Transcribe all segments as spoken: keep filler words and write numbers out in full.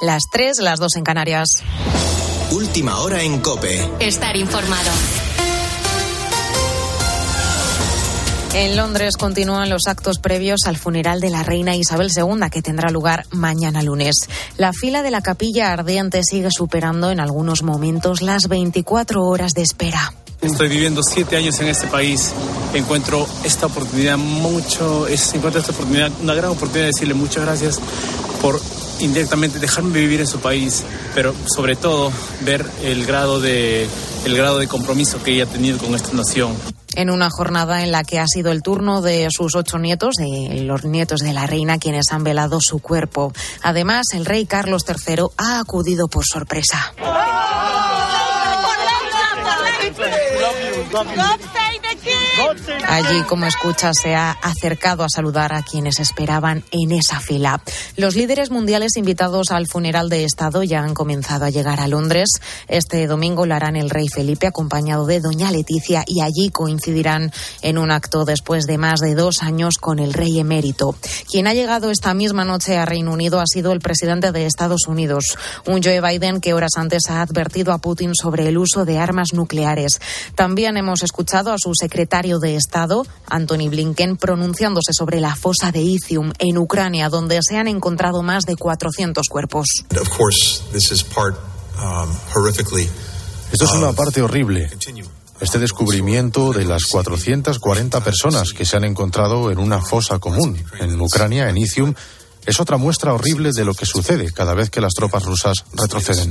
las tres, las dos en Canarias. Última hora en COPE. Estar informado. En Londres continúan los actos previos al funeral de la reina Isabel segunda, que tendrá lugar mañana lunes. La fila de la capilla ardiente sigue superando en algunos momentos las veinticuatro horas de espera. Estoy viviendo siete años en este país. Encuentro esta oportunidad mucho, es, encuentro esta oportunidad, una gran oportunidad de decirle muchas gracias por indirectamente dejarme vivir en su país, pero sobre todo ver el grado de, el grado de compromiso que ella ha tenido con esta nación. En una jornada en la que ha sido el turno de sus ocho nietos, de los nietos de la reina, quienes han velado su cuerpo. Además, el rey Carlos tercero ha acudido por sorpresa. Allí, como escucha, se ha acercado a saludar a quienes esperaban en esa fila. Los líderes mundiales invitados al funeral de Estado ya han comenzado a llegar a Londres. Este domingo lo harán el rey Felipe, acompañado de doña Leticia, y allí coincidirán en un acto después de más de dos años con el rey emérito. Quien ha llegado esta misma noche a Reino Unido ha sido el presidente de Estados Unidos, un Joe Biden que horas antes ha advertido a Putin sobre el uso de armas nucleares. También hemos escuchado a su secretario de Estado, Antony Blinken, pronunciándose sobre la fosa de Izium en Ucrania, donde se han encontrado más de cuatrocientos cuerpos. Esto es una parte horrible. Este descubrimiento de las cuatrocientas cuarenta personas que se han encontrado en una fosa común en Ucrania, en Izium, es otra muestra horrible de lo que sucede cada vez que las tropas rusas retroceden.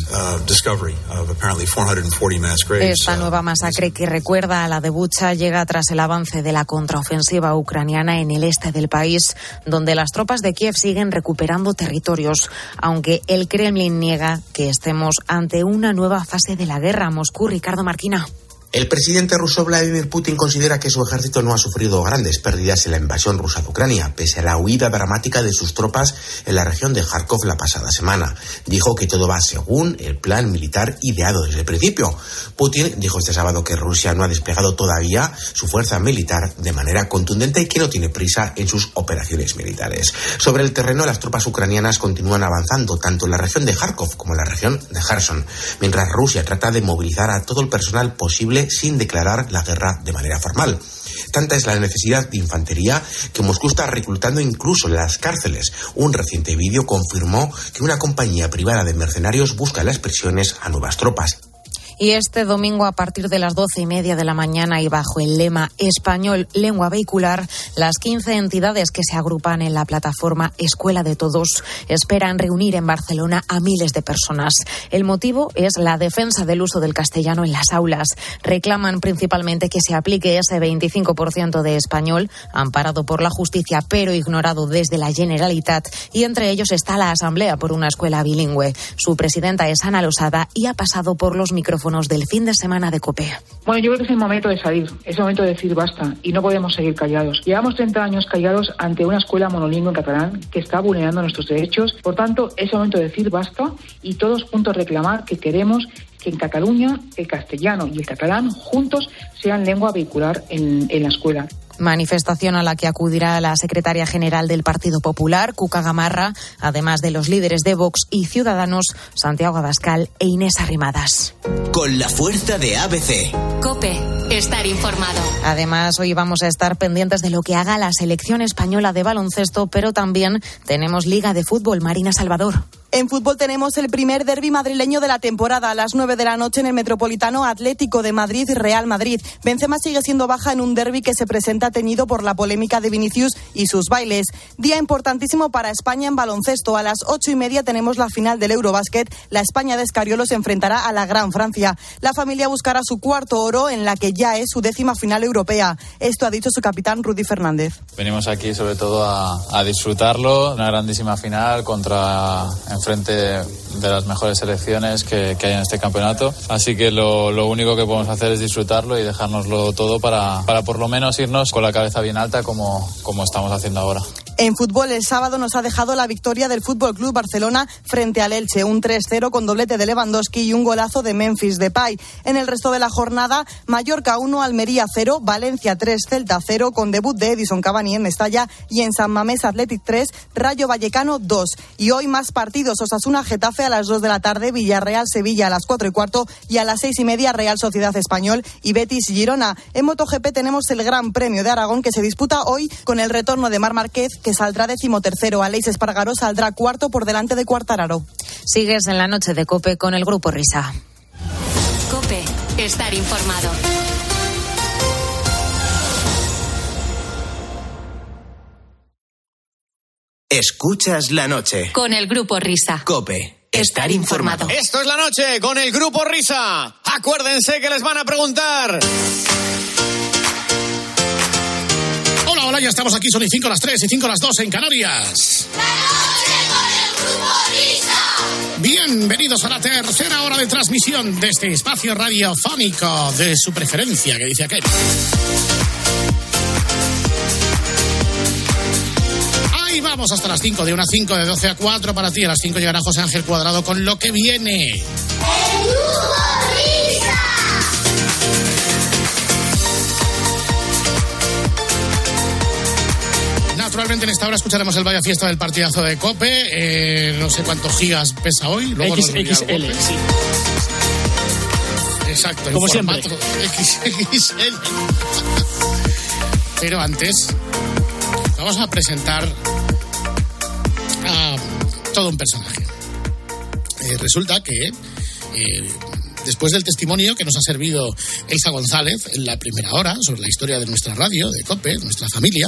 Esta nueva masacre, que recuerda a la de Bucha, llega tras el avance de la contraofensiva ucraniana en el este del país, donde las tropas de Kiev siguen recuperando territorios, aunque el Kremlin niega que estemos ante una nueva fase de la guerra. Moscú, Ricardo Marquina. El presidente ruso Vladimir Putin considera que su ejército no ha sufrido grandes pérdidas en la invasión rusa de Ucrania, pese a la huida dramática de sus tropas en la región de Kharkov la pasada semana. Dijo que todo va según el plan militar ideado desde el principio. Putin dijo este sábado que Rusia no ha desplegado todavía su fuerza militar de manera contundente y que no tiene prisa en sus operaciones militares. Sobre el terreno, las tropas ucranianas continúan avanzando tanto en la región de Kharkov como en la región de Kherson, mientras Rusia trata de movilizar a todo el personal posible sin declarar la guerra de manera formal. Tanta es la necesidad de infantería que Moscú está reclutando incluso en las cárceles. Un reciente vídeo confirmó que una compañía privada de mercenarios busca en las prisiones a nuevas tropas. Y este domingo, a partir de las doce y media de la mañana y bajo el lema Español, lengua vehicular, las quince entidades que se agrupan en la plataforma Escuela de Todos esperan reunir en Barcelona a miles de personas. El motivo es la defensa del uso del castellano en las aulas. Reclaman principalmente que se aplique ese veinticinco por ciento de español, amparado por la justicia pero ignorado desde la Generalitat, y entre ellos está la Asamblea por una Escuela Bilingüe. Su presidenta es Ana Losada y ha pasado por los micrófonos del fin de semana de COPE. Bueno, yo creo que es el momento de salir, es el momento de decir basta y no podemos seguir callados. Llevamos treinta años callados ante una escuela monolingüe en catalán que está vulnerando nuestros derechos. Por tanto, es el momento de decir basta y todos juntos reclamar que queremos que en Cataluña el castellano y el catalán juntos sean lengua vehicular en, en la escuela. Manifestación a la que acudirá la secretaria general del Partido Popular, Cuca Gamarra, además de los líderes de Vox y Ciudadanos, Santiago Abascal e Inés Arrimadas. Con la fuerza de A B C. COPE, estar informado. Además, hoy vamos a estar pendientes de lo que haga la selección española de baloncesto, pero también tenemos Liga de Fútbol. Marina Salvador. En fútbol tenemos el primer derbi madrileño de la temporada. A las nueve de la noche en el Metropolitano, Atlético de Madrid, Real Madrid. Benzema sigue siendo baja en un derbi que se presenta teñido por la polémica de Vinicius y sus bailes. Día importantísimo para España en baloncesto. A las ocho y media tenemos la final del Eurobásquet. La España de Escariolo se enfrentará a la Gran Francia. La familia buscará su cuarto oro en la que ya es su décima final europea. Esto ha dicho su capitán Rudy Fernández. Venimos aquí sobre todo a, a disfrutarlo. Una grandísima final contra... frente de las mejores selecciones que, que hay en este campeonato, así que lo, lo único que podemos hacer es disfrutarlo y dejárnoslo todo para, para por lo menos irnos con la cabeza bien alta como, como estamos haciendo ahora. En fútbol, el sábado nos ha dejado la victoria del F C Barcelona frente al Elche, un tres cero con doblete de Lewandowski y un golazo de Memphis Depay. En el resto de la jornada, Mallorca uno, Almería cero, Valencia tres, Celta cero, con debut de Edison Cavani en Mestalla, y en San Mamés Athletic tres, Rayo Vallecano dos. Y hoy más partidos: Osasuna Getafe a las dos de la tarde, Villarreal Sevilla a las cuatro y cuarto, y a las seis y media Real Sociedad Español y Betis Girona. En MotoGP tenemos el Gran Premio de Aragón, que se disputa hoy con el retorno de Marc Márquez, que saldrá decimotercero. Aleix Espargaró saldrá cuarto por delante de Quartararo. Sigues en la noche de COPE con el Grupo Risa. COPE, estar informado. Escuchas la noche. Con el Grupo Risa. COPE, estar informado. Esto es la noche con el Grupo Risa. Acuérdense que les van a preguntar. Hola, hola, ya estamos aquí, son y cinco las tres y cinco las dos en Canarias. ¡La noche con el Grupo Risa! Bienvenidos a la tercera hora de transmisión de este espacio radiofónico de su preferencia, que dice aquel. Ahí vamos hasta las cinco, de una a cinco, de doce a cuatro para ti. A las cinco llegará José Ángel Cuadrado con lo que viene. ¡El Grupo Risa! Naturalmente, en esta hora escucharemos el Vaya Fiesta del partidazo de COPE. Eh, no sé cuántos gigas pesa hoy. Luego X X L, sí. Exacto. Como siempre. X X L. Pero antes, vamos a presentar a todo un personaje. Eh, resulta que eh, después del testimonio que nos ha servido Elsa González en la primera hora sobre la historia de nuestra radio, de COPE, de nuestra familia,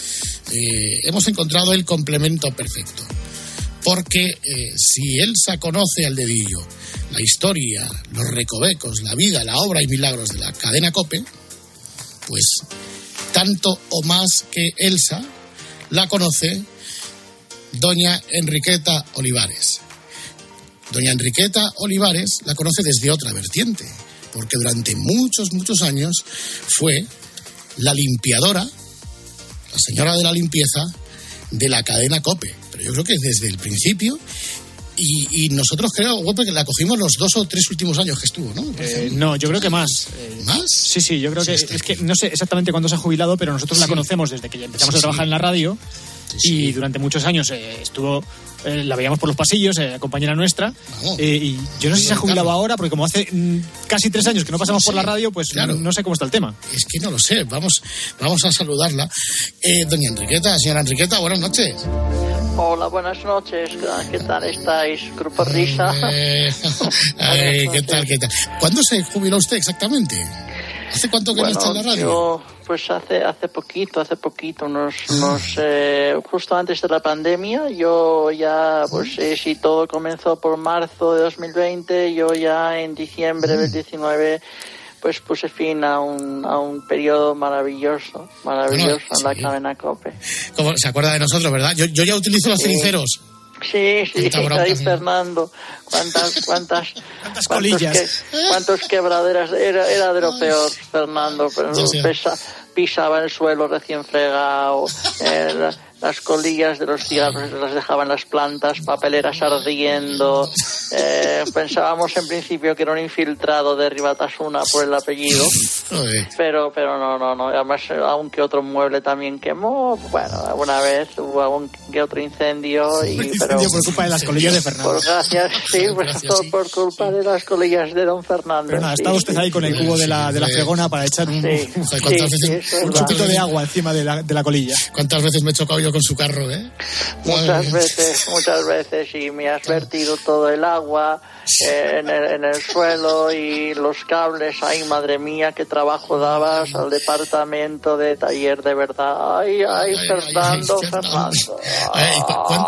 eh, hemos encontrado el complemento perfecto. Porque eh, si Elsa conoce al dedillo la historia, los recovecos, la vida, la obra y milagros de la cadena COPE, pues tanto o más que Elsa la conoce doña Enriqueta Olivares. Doña Enriqueta Olivares la conoce desde otra vertiente, porque durante muchos, muchos años fue la limpiadora, la señora de la limpieza de la cadena COPE. Pero yo creo que desde el principio, y, y nosotros creo, COPE, que la cogimos los dos o tres últimos años que estuvo, ¿no? Eh, no, yo creo que más. ¿Más? Sí, sí, yo creo Sí, que está es aquí. que no sé exactamente cuándo se ha jubilado, pero nosotros la Sí. conocemos desde que ya empezamos Sí, a trabajar sí. en la radio. Sí, sí. Y durante muchos años eh, estuvo, eh, la veíamos por los pasillos, eh, compañera nuestra. Vamos. Eh, y yo no sé si se ha jubilado Carlos. ahora, porque como hace mm, casi tres años que no pasamos Sí, por la radio, pues claro. no, no sé cómo está el tema. Es que no lo sé, vamos, vamos a saludarla. Eh, doña Enriqueta, señora Enriqueta, buenas noches. Hola, buenas noches. ¿Qué tal estáis, Grupo Risa? Eh, ay, ¿qué tal, qué tal? ¿Cuándo se jubiló usted exactamente? ¿Hace cuánto que no está en la radio? Yo, pues hace hace poquito, hace poquito, unos, unos eh, justo antes de la pandemia, yo ya, pues eh, si todo comenzó por marzo de dos mil veinte, yo ya en diciembre del diecinueve, pues puse fin a un, a un periodo maravilloso, maravilloso Bueno, en la sí. cadena COPE. ¿Cómo se acuerda de nosotros, verdad? Yo, yo ya utilizo los Sí. ceniceros. Sí, sí, Cuánta bronca, ahí sí. Fernando, cuántas, cuántas, Cuántas cuántos colillas. que- cuántos quebraderas, era, era de lo peor, Fernando, pero Ya sé. pesa- pisaba el suelo recién fregado, eh, la- las colillas de los cigarros las dejaban las plantas, papeleras ardiendo, eh, pensábamos en principio que era un infiltrado de Ribatasuna por el apellido, Joder. pero pero no, no, no, además eh, algún que otro mueble también quemó, bueno, alguna vez hubo algún que otro incendio, y pero Incendio por culpa de las colillas de Fernando. por gracias, sí, pues Gracias, todo sí. por culpa de las colillas de don Fernando. Pero nada, sí, estaba usted sí. ahí con el cubo de la, de la fregona para echar un, Sí, un Joder, ¿cuántas sí, veces- sí, eso es un verdad. chupito de agua encima de la, de la colilla. ¿Cuántas veces me he chocado yo con su carro, eh? Muchas Madre. veces, muchas veces, y me has vertido todo el agua eh, en, el, en el suelo y los cables. Ay, madre mía, qué trabajo dabas al departamento de taller, de verdad. Ay, ay, Ay, ay, Fernando, ay, Fernando. Ay, ¿cu- cuán-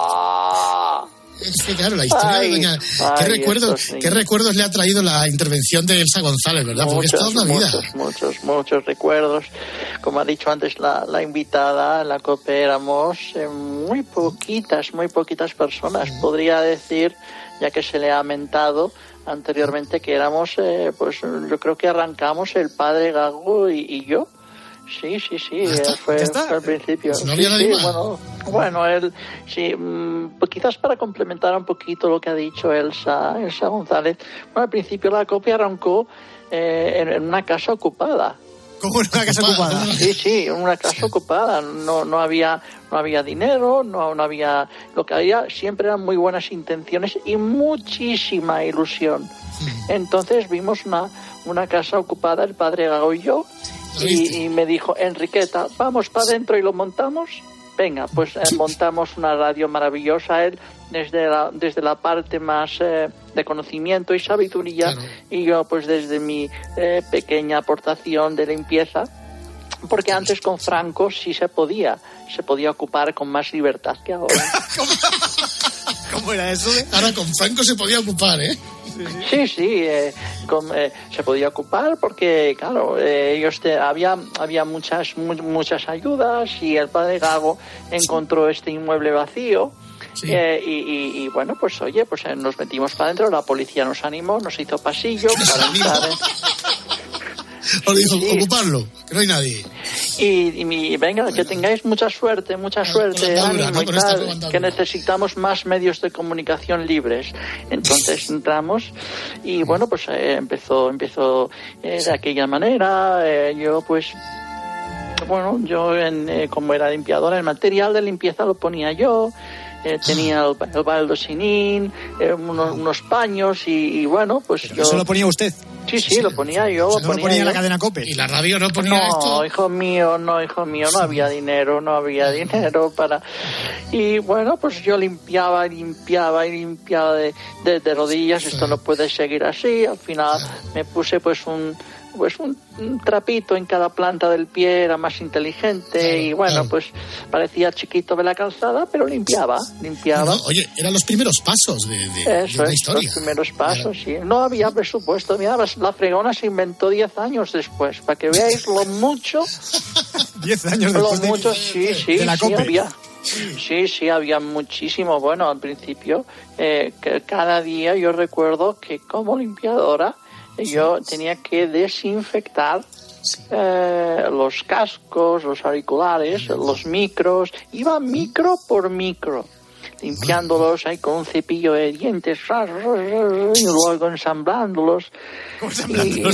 Ah. Es que claro, la historia Ay, de doña... ¿Qué, ay, recuerdos, estos ¿Qué niños. recuerdos le ha traído la intervención de Elsa González, verdad? Porque es toda Muchos, una vida. muchos, muchos, muchos recuerdos. Como ha dicho antes la, la invitada, en la COPE éramos eh, muy poquitas, muy poquitas personas. Podría decir, ya que se le ha mentado anteriormente, que éramos, eh, pues yo creo que arrancamos el padre Gago y, y yo. Sí, sí, sí, ¿Ya está? eh, fue, ¿Ya está? fue al principio. Pues no Sí, había nadie sí, más. bueno, Bueno, él, sí, pues quizás para complementar un poquito lo que ha dicho Elsa, Elsa González, bueno, al principio la COPE arrancó eh, en, en una casa ocupada. ¿Cómo en una casa ocupada? Sí, sí, en una casa ocupada. No, no había, no había dinero, no, no había, lo que había siempre eran muy buenas intenciones y muchísima ilusión. Entonces vimos una, una casa ocupada, el padre Gago y yo, y, y me dijo, Enriqueta, vamos para adentro y lo montamos. Venga, pues eh, montamos una radio maravillosa, él desde la, desde la parte más eh, de conocimiento y sabiduría, claro. Y yo pues desde mi eh, pequeña aportación de limpieza, porque antes con Franco sí se podía, se podía ocupar con más libertad que ahora. ¿Cómo era eso? Ahora con Franco se podía ocupar, ¿eh? Sí, sí, eh, con, eh, se podía ocupar porque, claro, eh, ellos te, había había muchas mu, muchas ayudas y el padre Gago encontró este inmueble vacío. Sí. Eh, y, y, y bueno, pues oye, pues eh, nos metimos para adentro, la policía nos animó, nos hizo pasillo para entrar. ¿Eh? O dijo, sí. Ocuparlo, que no hay nadie. Y, y, y venga, que tengáis mucha suerte, mucha suerte, ánimo ¿no? y tal, que necesitamos más medios de comunicación libres. Entonces entramos y bueno, pues eh, empezó, empezó eh, de aquella manera. Eh, yo pues, bueno, yo en, eh, como era limpiadora, el material de limpieza lo ponía yo. Eh, tenía el, el baldosinín, eh, unos, unos paños y, y bueno, pues ¿Pero yo... ¿Eso lo ponía usted? Sí, sí, lo ponía yo. O sea, lo ¿no ponía, lo ponía yo. en la cadena COPE? ¿Y la radio no ponía no, esto? No, hijo mío, no, hijo mío, no había dinero, no había dinero para... Y bueno, pues yo limpiaba, limpiaba y limpiaba de, de, de rodillas, esto no puede seguir así, al final me puse pues un... pues un, un trapito en cada planta del pie, era más inteligente, claro, y bueno, claro. Pues parecía chiquito de la calzada, pero limpiaba, limpiaba. No, no, oye, eran los primeros pasos de, de, Eso de la es, historia. Los primeros pasos, sí. No había presupuesto, mira, la fregona se inventó diez años después, para que veáis lo mucho... diez años después lo mucho, de, sí, sí, de la sí, COPE. Había, sí, sí, había muchísimo. Bueno, al principio, eh, que cada día yo recuerdo que como limpiadora yo tenía que desinfectar eh, los cascos, los auriculares, los micros, iba micro por micro, limpiándolos ahí con un cepillo de dientes y luego ensamblándolos. Y,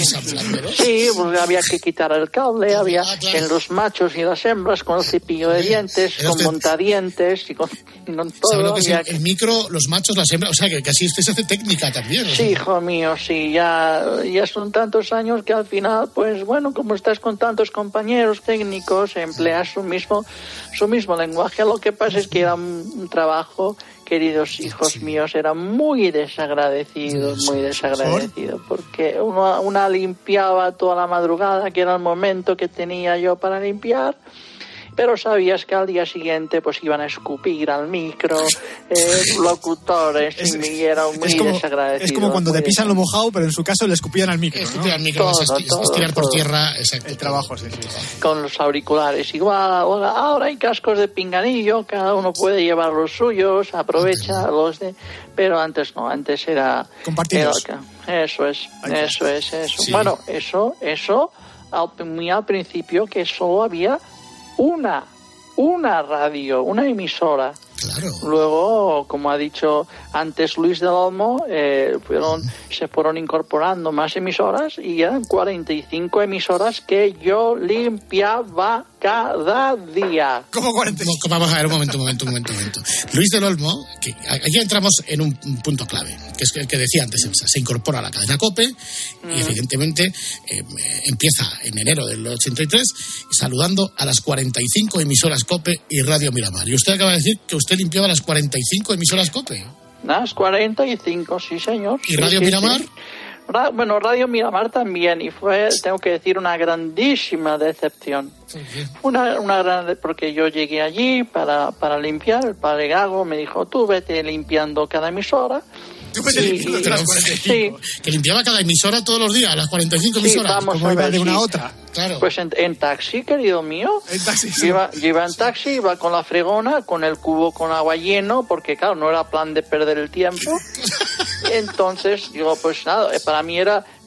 sí, porque había que quitar el cable, había en los machos y las hembras con el cepillo de dientes, con montadientes y con, con todo. ¿Sabe lo que es el, que... el micro, los machos, las hembras? O sea, que casi usted se hace técnica también. Sí, sea. Hijo mío, sí, ya, ya son tantos años que al final, pues bueno, como estás con tantos compañeros técnicos, empleas su mismo, su mismo lenguaje. Lo que pasa es que era un, un trabajo, queridos hijos sí. míos, era muy desagradecido, muy desagradecido, porque uno, una limpiaba toda la madrugada, que era el momento que tenía yo para limpiar, pero sabías que al día siguiente pues iban a escupir al micro, eh, locutores, es, y era muy es como, desagradecido. Es como cuando te pisan lo mojado, pero en su caso le escupían al micro, ¿no? Escupían al micro, todo, esti- todo, estirar todo. Por tierra, exacto. El trabajo, sí, sí, sí. Con los auriculares igual, ahora hay cascos de pinganillo, cada uno puede llevar los suyos, aprovecha antes, los de... Pero antes no, antes era... Compartidos. Era, eso es, Ay, eso es, eso. Sí. Bueno, eso, eso, al, muy al principio que solo había... Una, una radio, una emisora. Claro. Luego, como ha dicho antes Luis del Olmo, eh, fueron, se fueron incorporando más emisoras y eran cuarenta y cinco emisoras que yo limpiaba cada día. ¿Cómo cuarenta y cinco? Vamos a ver, un momento, un momento, un momento, un momento. Luis del Olmo, que aquí entramos en un, un punto clave, que es el que decía antes Elsa, se incorpora a la cadena COPE mm. y evidentemente eh, empieza en enero del ochenta y tres saludando a las cuarenta y cinco emisoras COPE y Radio Miramar. Y usted acaba de decir que usted Usted limpiaba las cuarenta y cinco emisoras COPE. Las cuarenta y cinco, sí, señor. ¿Y Radio sí, Miramar? Sí. Ra- bueno, Radio Miramar también, y fue, tengo que decir, una grandísima decepción. Sí, sí. Una, una gran, porque yo llegué allí para, para limpiar, el padre Gago me dijo, tú vete limpiando cada emisora. ¿Tú vete sí, limpiando las cuarenta y cinco? Sí. Que limpiaba cada emisora todos los días, las cuarenta y cinco emisoras. Sí, vamos ¿Cómo a iba ver, de una sí. a otra? Claro. Pues en, en taxi, querido mío. En taxi, sí. Iba, iba en taxi, iba con la fregona, con el cubo con agua lleno, porque claro, no era plan de perder el tiempo. Entonces, digo, pues nada, para mí era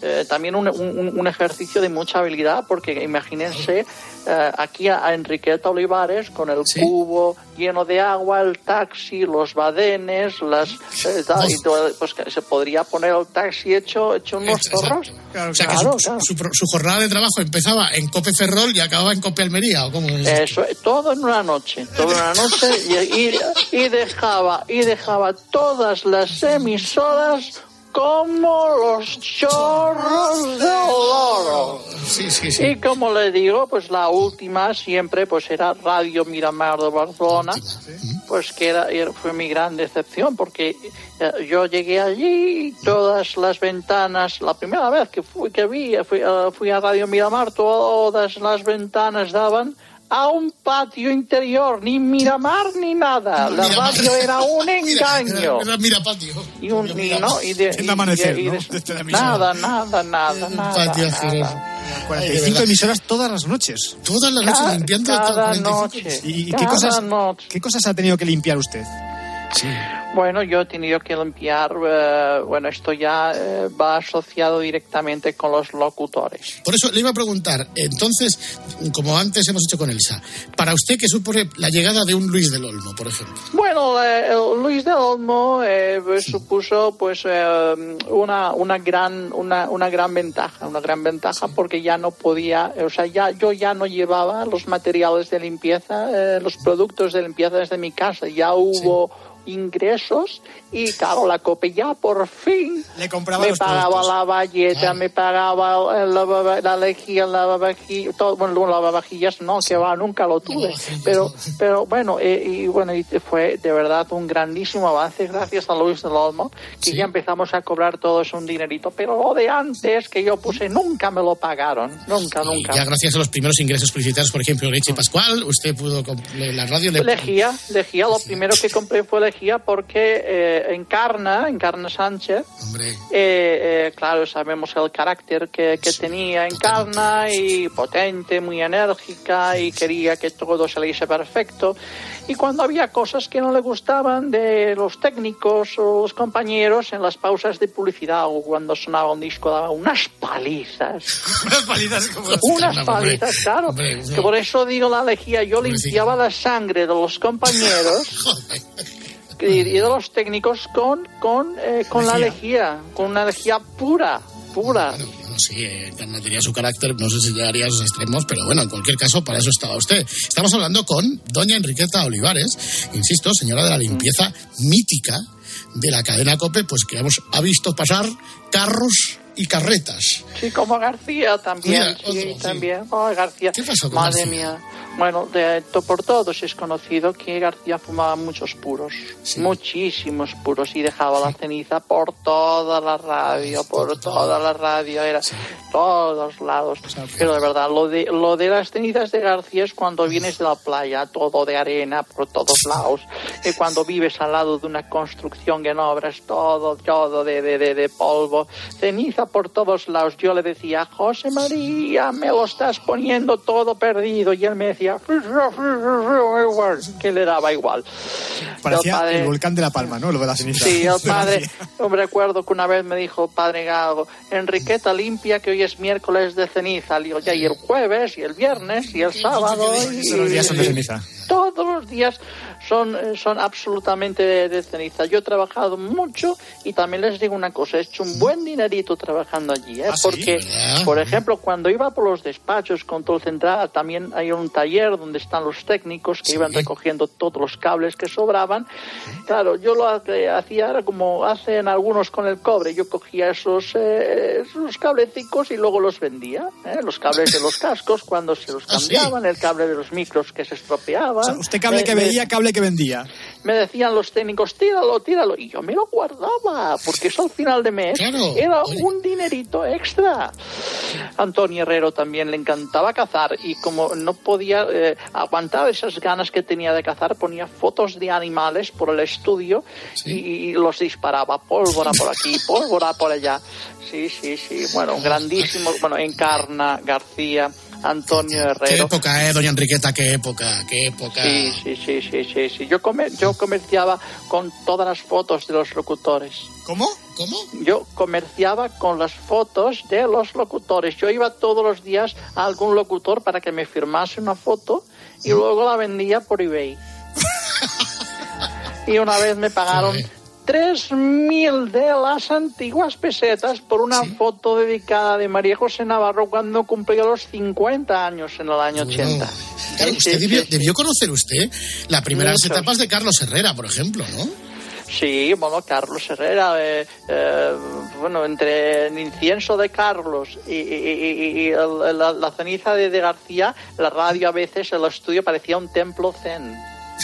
eh, también un, un, un ejercicio de mucha habilidad, porque imagínense eh, aquí a, a Enriqueta Olivares con el ¿Sí? cubo lleno de agua, el taxi, los badenes, las eh, tal, y todo, pues que se podría poner el taxi hecho, hecho unos zorros. Claro, o sea, claro, que su, claro. Su, su, su jornada de trabajo empezaba en Cope Ferrol y acababa en Cope Almería, ¿o cómo es? Eso, todo en una noche, todo en una noche y, y, y dejaba y dejaba todas las emisoras como los chorros de oro. Sí, sí, sí. Y como le digo, pues la última siempre pues era Radio Miramar de Barcelona, pues que era, fue mi gran decepción, porque eh, yo llegué allí y todas las ventanas, la primera vez que fui que vi, fui, uh, fui a Radio Miramar, todas las ventanas daban a un patio interior, ni Miramar ni nada. La Miramar. Radio era un engaño. Era, era mira patio. Y un y, no, y de, y, amanecer, y, y de, ¿no? nada, nada, nada, nada. Patio nada. cuarenta y cinco Ay, emisoras todas las noches. Todas las noches cada, limpiando. Cada noche. ¿Y cada qué cosas, noche. qué cosas ha tenido que limpiar usted? Sí. Bueno, yo he tenido que limpiar, uh, bueno, esto ya uh, va asociado directamente con los locutores. Por eso le iba a preguntar, entonces, como antes hemos hecho con Elsa, para usted, ¿qué supone la llegada de un Luis del Olmo, por ejemplo? Bueno, eh, Luis del Olmo eh, pues, supuso pues eh, una una gran una una gran ventaja, una gran ventaja sí. porque ya no podía, o sea, ya yo ya no llevaba los materiales de limpieza, eh, los productos de limpieza desde mi casa, ya hubo sí. ingresos y claro, la COPE ya por fin le compraba me los pagaba productos. la valleta, ah. me pagaba la, la lejía, la lavavajillas, todo, bueno, lavavajillas no, que va, nunca lo tuve, pero pero bueno, eh, y bueno, y fue de verdad un grandísimo avance gracias a Luis del Olmo, que sí. ya empezamos a cobrar todos un dinerito, pero lo de antes que yo puse nunca me lo pagaron, nunca, y nunca. Ya gracias a los primeros ingresos publicitarios, por ejemplo, Leche Pascual, usted pudo, la radio le... Lejía, Lejía, lo primero que compré fue Lejía porque eh, Encarna, Encarna Sánchez, eh, eh, claro, sabemos el carácter que, que sí, tenía Encarna y potente, muy enérgica y quería que todo saliese perfecto. Y cuando había cosas que no le gustaban de los técnicos o los compañeros en las pausas de publicidad o cuando sonaba un disco daba unas palizas. unas palizas como Unas palizas, claro. Hombre, no. Que por eso digo la lejía, yo Hombre, limpiaba sí. la sangre de los compañeros y de los técnicos con con eh, con lejía. la lejía, con una lejía pura, pura. Bueno, bueno, sí, eh, tenía su carácter, no sé si llegaría a esos extremos, pero bueno, en cualquier caso, para eso estaba usted. Estamos hablando con doña Enriqueta Olivares, insisto, señora de la limpieza mm. mítica de la cadena COPE, pues que hemos ha visto pasar carros y carretas. Sí, como García también. Mira, sí, otro, también. Sí. Oh, García. ¿Qué pasó con Madre García? mía. Bueno, de, to, por todos es conocido que García fumaba muchos puros, sí. muchísimos puros, y dejaba sí. la ceniza por toda la radio, por, por toda la radio, era sí. todos lados. O sea, pero de verdad, lo de lo de las cenizas de García es cuando vienes de la playa, todo de arena por todos lados, y cuando vives al lado de una construcción en obras, todo, todo de, de, de, de polvo, ceniza por todos lados. Yo le decía, José María, me lo estás poniendo todo perdido, y él me decía, que le daba igual. Parecía el, padre, el volcán de La Palma, ¿no? Lo de la ceniza. Sí, el padre, yo me recuerdo que una vez me dijo, padre Gago, Enriqueta, limpia que hoy es miércoles de ceniza. Le digo, ya, y el jueves, y el viernes, y el sábado. Y, Todos los días son de ceniza. Todos los días son, son absolutamente de, de ceniza. Yo he trabajado mucho y también les digo una cosa, he hecho un buen dinerito trabajando allí, ¿eh? ¿Ah, porque, sí? por ejemplo, cuando iba por los despachos Control Central, también hay un taller donde están los técnicos que sí. iban recogiendo todos los cables que sobraban. Claro, yo lo que hacía era como hacen algunos con el cobre, yo cogía esos, eh, esos cablecicos y luego los vendía, ¿eh? Los cables de los cascos cuando se los cambiaban, ¿Ah, sí? el cable de los micros que se estropeaban. O sea, usted cable que veía, cable que vendía. Me decían los técnicos, tíralo, tíralo, y yo me lo guardaba, porque eso al final de mes claro. era un dinerito extra. Antonio Herrero también le encantaba cazar, y como no podía eh, aguantar esas ganas que tenía de cazar, ponía fotos de animales por el estudio ¿Sí? y, y los disparaba, pólvora por aquí, pólvora por allá. Sí, sí, sí, bueno, grandísimo, bueno, Encarna, García, Antonio Herrero. Qué época, eh, doña Enriqueta, qué época, qué época. Sí, sí, sí, sí, sí, sí. Yo, comer, yo comerciaba con todas las fotos de los locutores. ¿Cómo? ¿Cómo? Yo comerciaba con las fotos de los locutores. Yo iba todos los días a algún locutor para que me firmase una foto y luego la vendía por eBay. Y una vez me pagaron tres mil de las antiguas pesetas por una ¿Sí? foto dedicada de María José Navarro cuando cumplió los cincuenta años en el año ochenta. Oh. Claro, usted sí, debió, sí. debió conocer usted las primeras Muchos. etapas de Carlos Herrera, por ejemplo, ¿no? Sí, bueno, Carlos Herrera, eh, eh, bueno, entre el incienso de Carlos y, y, y, y el, la, la ceniza de, de García, la radio a veces, el estudio parecía un templo zen.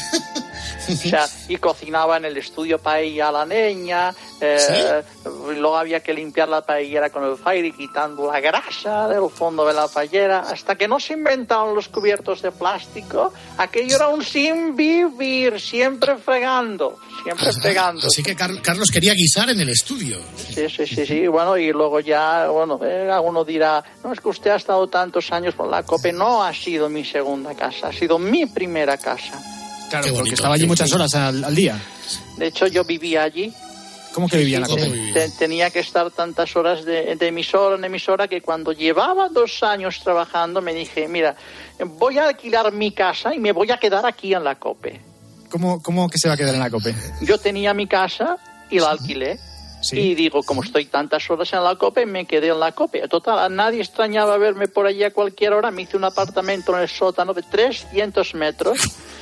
O sea, y cocinaba en el estudio paella a la leña, eh, ¿Sí? luego había que limpiar la paellera con el fire quitando la grasa del fondo de la paellera, hasta que no se inventaron los cubiertos de plástico. Aquello era un sin vivir, siempre fregando, siempre Ajá, fregando. Así que Car- Carlos quería guisar en el estudio. Sí, sí, sí, sí, bueno, y luego ya, bueno, eh, alguno dirá, no, es que usted ha estado tantos años con la COPE. No ha sido mi segunda casa, ha sido mi primera casa. Claro, bonito, porque estaba allí muchas horas al, al día. De hecho, yo vivía allí. ¿Cómo que vivía en la COPE? Te, tenía que estar tantas horas de, de emisora en emisora que cuando llevaba dos años trabajando me dije, mira, voy a alquilar mi casa y me voy a quedar aquí en la COPE. ¿Cómo, cómo que se va a quedar en la COPE? Yo tenía mi casa y la alquilé. Sí. Y digo, como estoy tantas horas en la COPE, me quedé en la COPE. Total, a nadie extrañaba verme por allí a cualquier hora. Me hice un apartamento en el sótano de trescientos metros.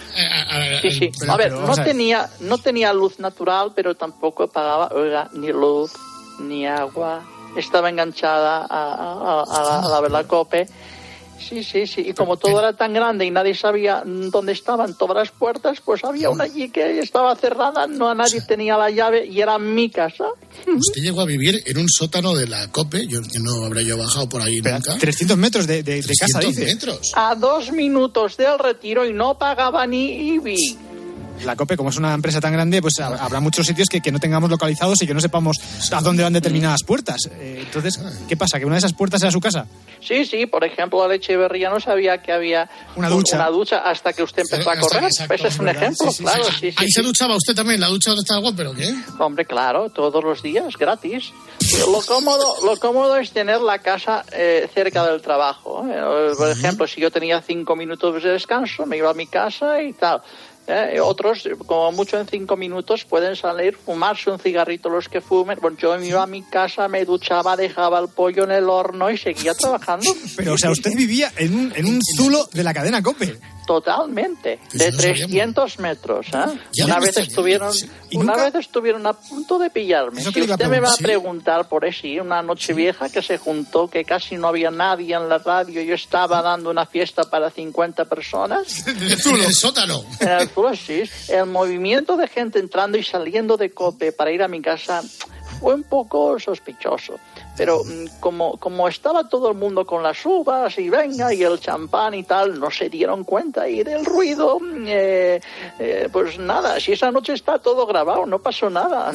Sí, sí. Pero, a ver, pero, no a tenía no tenía luz natural, pero tampoco pagaba, oiga, ni luz, ni agua. Estaba enganchada a, a, a, a la de la COPE. Sí, sí, sí. Y como todo era tan grande y nadie sabía dónde estaban todas las puertas, pues había una allí que estaba cerrada, no a nadie tenía la llave y era mi casa. Usted llegó a vivir en un sótano de la COPE, yo que no habré yo bajado por ahí Pero nunca. trescientos metros de, de, de casa, dice. Metros. A dos minutos del retiro y no pagaba ni I B I. La COPE, como es una empresa tan grande, pues habrá muchos sitios que, que no tengamos localizados y que no sepamos a dónde van determinadas puertas. Eh, entonces, ¿qué pasa? ¿Que una de esas puertas era su casa? Sí, sí, por ejemplo, la Echeverría no sabía que había una ducha, una ducha hasta que usted empezó a correr. Ese es un ejemplo, sí, sí, claro. Sí, sí, sí, Ahí sí. se duchaba usted también, la ducha donde está el golpe, ¿o qué? Hombre, claro, todos los días, gratis. Lo cómodo, lo cómodo es tener la casa eh, cerca del trabajo. ¿eh? Por ejemplo, si yo tenía cinco minutos de descanso, me iba a mi casa y tal. ¿Eh? Otros, como mucho en cinco minutos, pueden salir, fumarse un cigarrito los que fumen. Bueno, yo me iba a mi casa, me duchaba, dejaba el pollo en el horno y seguía trabajando. Pero, o sea, usted vivía en un, en un zulo de la cadena COPE. Totalmente, de trescientos metros. ¿eh? Una vez estuvieron una vez estuvieron a punto de pillarme. Si usted me va a preguntar por eso, una noche vieja que se juntó, que casi no había nadie en la radio, yo estaba dando una fiesta para cincuenta personas. ¿En el sótano? En el zulo, sí. El movimiento de gente entrando y saliendo de COPE para ir a mi casa fue un poco sospechoso. Pero como, como estaba todo el mundo con las uvas y venga y el champán y tal, no se dieron cuenta y del ruido, eh, eh, pues nada, si esa noche está todo grabado, no pasó nada.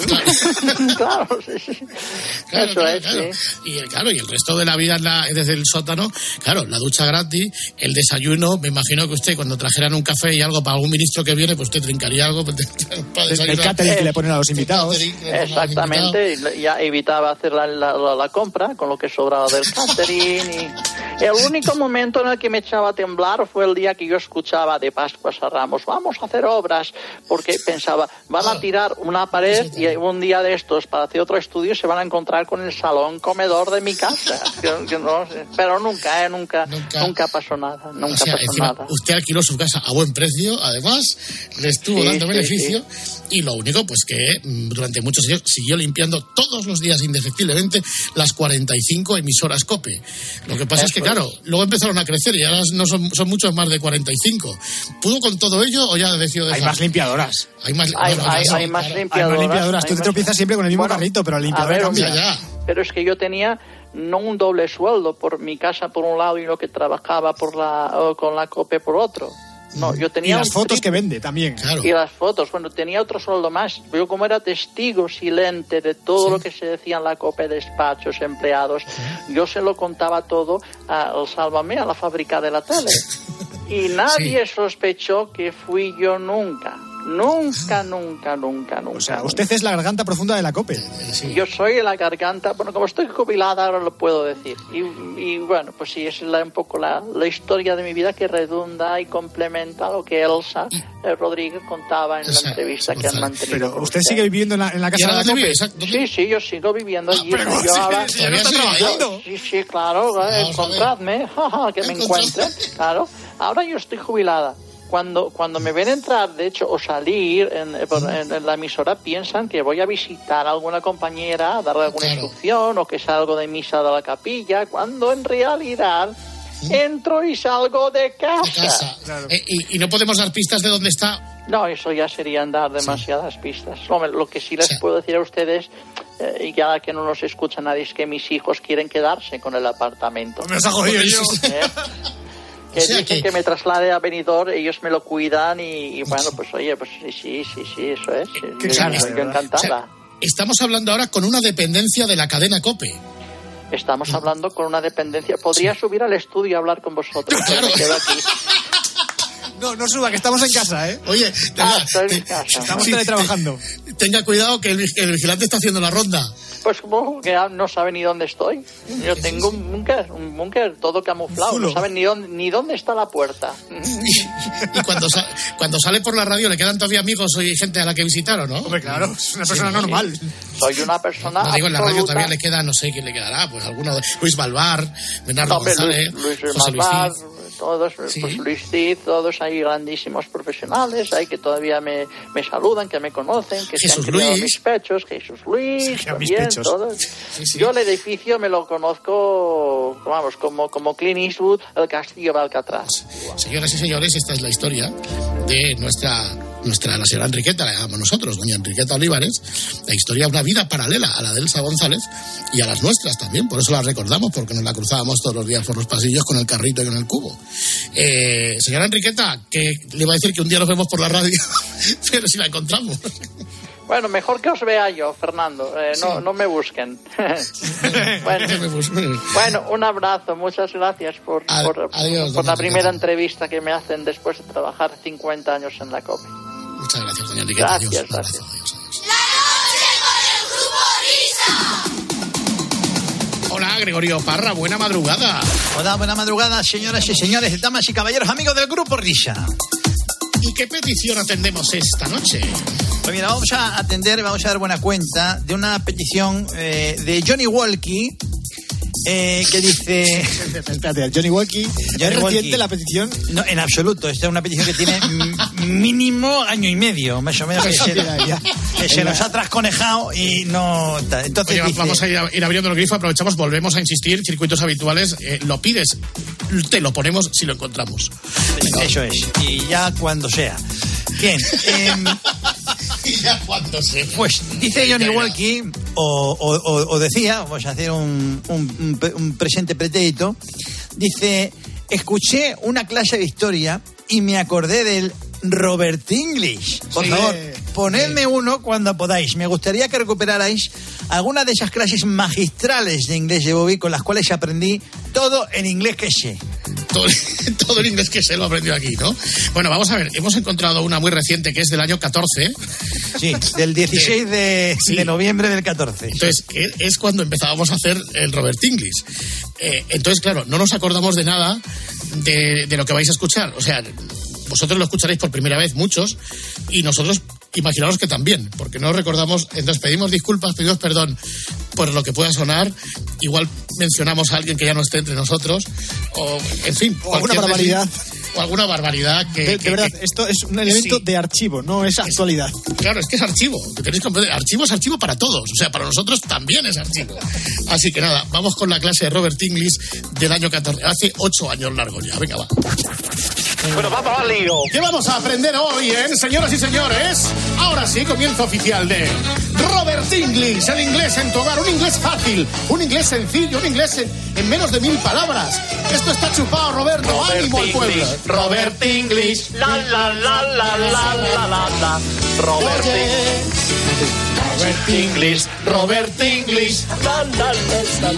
Claro, sí, sí. Claro, Eso claro, es, claro. sí. Y claro, y el resto de la vida en la, desde el sótano, claro, la ducha gratis, el desayuno, me imagino que usted cuando trajeran un café y algo para algún ministro que viene, pues usted trincaría algo para desayunar. El catering que le ponen a los invitados. Exactamente, y ya evitaba hacer la, la, la, la compra con lo que sobraba del catering. Y el único momento en el que me echaba a temblar fue el día que yo escuchaba de Pascuas a Ramos, vamos a hacer obras, porque pensaba, van a tirar una pared y un día de estos para hacer otro estudio se van a encontrar con el salón comedor de mi casa. Que, que no, pero nunca, eh, nunca, nunca, nunca pasó nada, nunca o sea, pasó encima, nada. Usted alquiló su casa a buen precio, además le estuvo Sí, dando sí, beneficio sí. Y lo único pues que durante muchos años siguió limpiando todos los días indefectiblemente las cuarenta y cinco emisoras COPE. Lo que pasa Eso es que claro, luego empezaron a crecer y ahora no son, son muchos más de cuarenta y cinco. ¿Pudo con todo ello o ya decidió dejar? Hay más limpiadoras. Hay más, hay, no, hay, no, hay más claro. limpiadoras. Hay más limpiadoras. Tú te más... tropiezas siempre con el mismo bueno, carrito, pero el limpiador ver, cambia. Ya, ya. Pero es que yo tenía no un doble sueldo por mi casa por un lado y lo que trabajaba por la con la COPE por otro. No, yo tenía y las fotos trip... que vende también. Claro. Y las fotos, bueno, tenía otro sueldo más. Yo como era testigo silente de todo sí. lo que se decía en la COPE, despachos, empleados, sí. yo se lo contaba todo al Sálvame, a la fábrica de la tele. Y nadie sí. sospechó que fui yo nunca. Nunca, nunca, nunca, nunca. O sea, nunca. usted es la garganta profunda de la COPE. Sí. Yo soy la garganta, bueno, como estoy jubilada ahora lo puedo decir. Y, y bueno, pues sí, es la, un poco la, la historia de mi vida que redunda y complementa lo que Elsa eh, Rodríguez contaba en Elsa, la entrevista que han mantenido. Pero usted, usted sigue viviendo en la, en la casa de la COPE. Sí, sí, yo sigo viviendo allí. Ah, pero yo sí, ahora, sí, no está trabajando. Sí, sí, claro, eh, encontradme, que me encuentren, claro. Ahora yo estoy jubilada. Cuando, cuando me ven entrar, de hecho, o salir en, en, en la emisora, piensan que voy a visitar a alguna compañera, a darle alguna claro. instrucción, o que salgo de misa de la capilla, cuando en realidad entro y salgo de casa. De casa. Claro. Eh, y, y no podemos dar pistas de dónde está. No, eso ya serían dar demasiadas sí. pistas. Hombre, lo que sí les sí. puedo decir a ustedes, eh, y ya que no nos escucha nadie, es que mis hijos quieren quedarse con el apartamento. Me has jodido yo. ¿Eh? Que o sea dicen que... que me traslade a Benidorm, ellos me lo cuidan y, y bueno, pues oye, pues sí, sí, sí, sí, eso es. Yo, claro, yo, yo encantada. O sea, estamos hablando ahora con una dependencia de la cadena COPE. Estamos hablando con una dependencia. Podría sí. subir al estudio y hablar con vosotros. Claro. Me quedo aquí. No, no suba, que estamos en casa, ¿eh? Oye, tenga, ah, estoy te, en casa. Estamos sí, teletrabajando. Te, tenga cuidado que el, el vigilante está haciendo la ronda. Pues como que no sabe ni dónde estoy. Yo tengo un búnker, un búnker todo camuflado. No saben ni dónde, ni dónde está la puerta. Y, y cuando, sa- cuando sale por la radio, ¿le quedan todavía amigos o gente a la que visitar o no? Hombre, claro, es una persona sí, normal. Sí. Soy una persona no, digo, en la radio absoluta. todavía le queda, no sé quién le quedará, pues alguno de Luis Balbar, Bernardo no, González, Luis, Luis José Malvar, Luis Cid. Todos, sí. pues Luis Cid, todos hay grandísimos profesionales, hay que todavía me, me saludan, que me conocen, que Jesús se han criado Luis. mis pechos, Jesús Luis, mis bien, pechos. todos. Sí, sí. Yo el edificio me lo conozco, vamos, como, como Clint Eastwood, el castillo de Alcatraz. Señoras y señores, esta es la historia de nuestra, nuestra la señora Enriqueta, la llamamos nosotros, doña Enriqueta Olivares, la historia de una vida paralela a la de Elsa González y a las nuestras también, por eso la recordamos, porque nos la cruzábamos todos los días por los pasillos con el carrito y con el cubo. Eh, señora Enriqueta, que le iba a decir que un día nos vemos por la radio, pero si la encontramos. Bueno, mejor que os vea yo, Fernando. Eh, no, sí. no me busquen. bueno, bueno, un abrazo. Muchas gracias por, Ad, por, adiós, por la primera Enriqueta. entrevista que me hacen después de trabajar cincuenta años en la COPE. Muchas gracias, doña Enriqueta. Gracias, adiós, gracias. Adiós, adiós, adiós. La noche con el Grupo Risa. Hola, Gregorio Parra, buena madrugada. Hola, buena madrugada, señoras y señores, damas y caballeros, amigos del Grupo Risa. ¿Y qué petición atendemos esta noche? Pues mira, vamos a atender, vamos a dar buena cuenta de una petición eh, de Johnny Walkie, eh, que dice... Espérate, Johnny Walkie, Johnny ¿es reciente Walkie. la petición? No, en absoluto, esta es una petición que tiene m- mínimo año y medio, más o menos, que se, que se nos ha trasconejado y no... Entonces Oye, dice, vamos a ir, a ir abriendo el grifo, aprovechamos, volvemos a insistir, circuitos habituales, eh, lo pides, te lo ponemos si lo encontramos. Venga. Eso es, y ya cuando sea. Bien, eh, y ya cuando sea. Pues dice Johnny Walkie, o, o, o, o decía, vamos a hacer un, un, un presente pretérito, dice, escuché una clase de historia y me acordé del Robert English. Por sí, favor, ponedme sí. uno cuando podáis. Me gustaría que recuperarais algunas de esas clases magistrales de inglés de Bobby con las cuales aprendí todo el inglés que sé. Todo, todo el inglés que sé lo aprendió aquí, ¿no? Bueno, vamos a ver, hemos encontrado una muy reciente que es del año catorce. Sí, del dieciséis de, sí. de noviembre del catorce. Entonces, es cuando empezábamos a hacer el Robert English. Eh, entonces, claro, no nos acordamos de nada de, de lo que vais a escuchar. O sea, vosotros lo escucharéis por primera vez, muchos, y nosotros imaginaos que también, porque no recordamos. Entonces pedimos disculpas, pedimos perdón por lo que pueda sonar. Igual mencionamos a alguien que ya no esté entre nosotros, o en fin, o alguna barbaridad. O alguna barbaridad que... De, que, de verdad, que, esto es un elemento sí. de archivo, no es actualidad. Es, claro, es que es archivo. Que tenéis que comprender. Archivo es archivo para todos. O sea, para nosotros también es archivo. Así que nada, vamos con la clase de Robert English del año catorce. Hace ocho años largos ya. Venga, va. Bueno, vamos al lío. ¿Qué vamos a aprender hoy, eh, señoras y señores? Ahora sí, comienzo oficial de Robert English, el inglés en tu hogar, un inglés fácil, un inglés sencillo, un inglés en, en menos de mil palabras. Esto está chupado, Roberto, Robert ánimo al pueblo. English, Robert English, la la la la la la la la. Robert English, Robert English, Robert English, la la la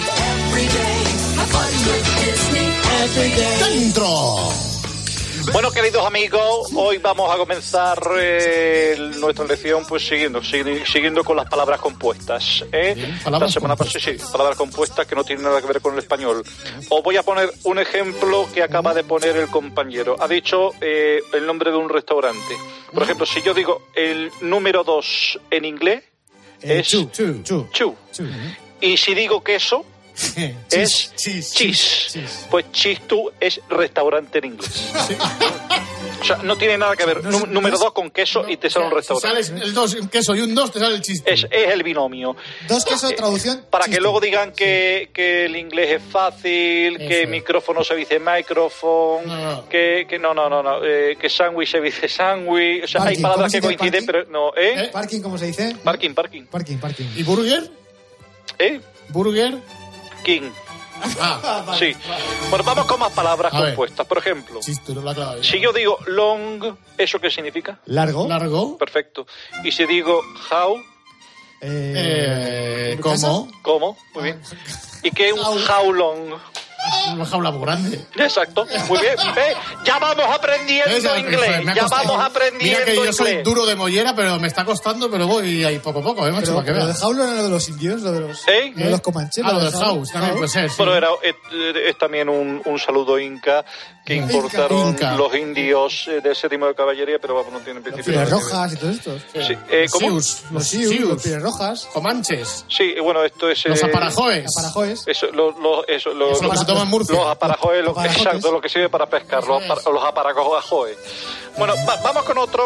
la. Dentro. Bueno, queridos amigos, hoy vamos a comenzar eh, nuestra lección pues siguiendo, sigui- siguiendo con las palabras compuestas. ¿eh? Bien, La palabras semana pasada, sí, sí, palabras compuestas que no tienen nada que ver con el español. Os voy a poner un ejemplo que acaba de poner el compañero. Ha dicho eh, el nombre de un restaurante. Por ejemplo, si yo digo el número dos en inglés, Eh, es chu, chu, chu. chu. Y si digo queso, es cheese. Pues cheese tú es restaurante en inglés. O sea, no tiene nada que ver. Nú- número dos con queso y te sale un Si restaurante. sales el dos, un queso y un dos, te sale el chiste. Es, es el binomio. Dos quesos, traducción. Para que chiste. luego digan que, que el inglés es fácil, que Eso. micrófono se dice microphone, No, no. que, que no, no, no, no, eh, que sándwich se dice sándwich. O sea, Parking, hay palabras ¿cómo se que dice coinciden, parking? pero no, ¿eh? ¿Eh? Parking, ¿cómo se dice? Parking, parking. Parking, parking. ¿Y burger? ¿Eh? ¿Burger? King. Ah, Sí. Bueno, vamos con más palabras A ver. compuestas. Por ejemplo, chiste, no la clave. si yo digo long, ¿eso qué significa? Largo. Largo. Perfecto. Y si digo how, Eh, ¿en casa? ¿Cómo? ¿cómo? Muy bien. ¿Y qué es un how long? Una jaula muy grande. Exacto, muy bien. ¿Ves? Ya vamos aprendiendo ¿Ves? Ya, inglés. me ha Ya costado. vamos aprendiendo Mira que yo soy inglés. duro de mollera, pero me está costando, pero voy ahí poco a poco, ¿eh, macho? Pero, Para que pero de veas. Jaulo era lo de los indios, lo de los, ¿Eh? lo de los comanches. Ah, lo de del house, también puede ser. sí. Bueno, era, es, es también un, un saludo inca que Inca, importaron Inca. los indios eh, del séptimo de caballería, pero vamos, no tienen Los principio. pieles nada que ver. rojas y todos estos. Sí, eh, ¿cómo? Sius, Los sius, los pieles rojas. Comanches. Sí, bueno, esto es... Los eh, aparajoes. Aparajoes. Eso, lo, lo- eso, lo- Eso lo que se toma en Murcia. Los aparajoes, lo- Aparajotes. exacto, lo que sirve para pescar, los, apar- los aparajoes. Bueno, va- vamos con otro.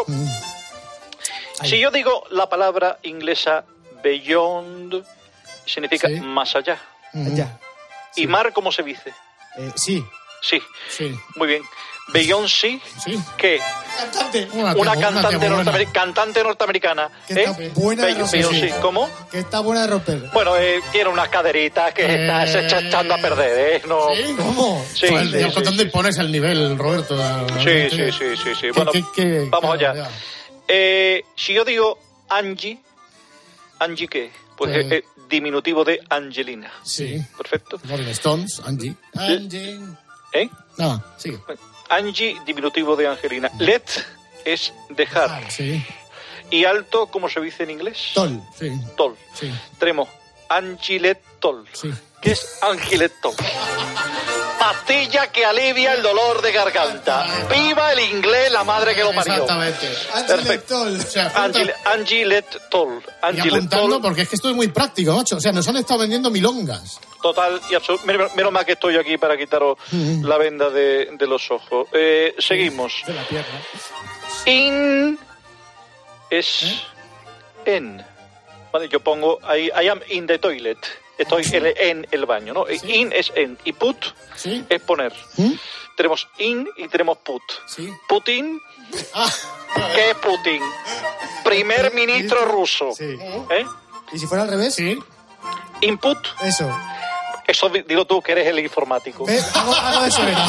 Si yo digo la palabra inglesa beyond, significa Sí. más allá. Ya. ¿Y mar cómo se dice? Eh, sí. Sí, Sí. muy bien. Beyoncé, Sí. ¿qué? Cantante. Una, Una tía- cantante, tía buena. norteamer- cantante norteamericana. Que ¿eh? está buena de Bey- romper. Beyoncé, ¿cómo? Que está buena de romper. Bueno, eh, tiene unas caderitas que Eh, está se está echando a perder, ¿eh? No. ¿Sí? ¿Cómo? Sí, Pues, sí, Dios, sí, ¿dónde sí. pones el nivel, Roberto? Sí, sí, sí, sí, sí. ¿Qué- Bueno, qué- qué- vamos claro, allá. ya. Eh, si yo digo Angie, ¿Angie qué? Pues Sí. es eh, diminutivo de Angelina. Sí. Perfecto. Rolling Stones, Angie. Angie. ¿Eh? Nada, sigue. Angie, diminutivo de Angelina. Let es dejar. Sí. Y alto, ¿cómo se dice en inglés? Tol. Sí. Tol. Sí. Tenemos Angilet Tol. Sí. ¿Qué es Angilet Tol? Pastilla que alivia el dolor de garganta. ¡Viva el inglés, la madre que lo parió! Exactamente. Perfecto. O sea, apunta- Angil- Angilet Tol. y Angilet apuntando, Tol. porque es que esto es muy práctico, macho. O sea, nos han estado vendiendo milongas. Total y absoluto. Menos, menos mal que estoy aquí para quitaros Mm. la venda de, de los ojos. Eh, seguimos. De la pierna. In es ¿Eh? en. Vale, yo pongo ahí, I am in the toilet. Estoy en, en el baño, ¿no? In es en. Y put Sí. es poner. ¿Mm? Tenemos in y tenemos put. Sí. Putin, Ah, ¿qué es Putin? Primer ministro ruso. Sí. ¿Eh? ¿Y si fuera al revés? sí. Input, Eso. eso di- digo tú que eres el informático. ¿Ves? Algo, algo de eso era.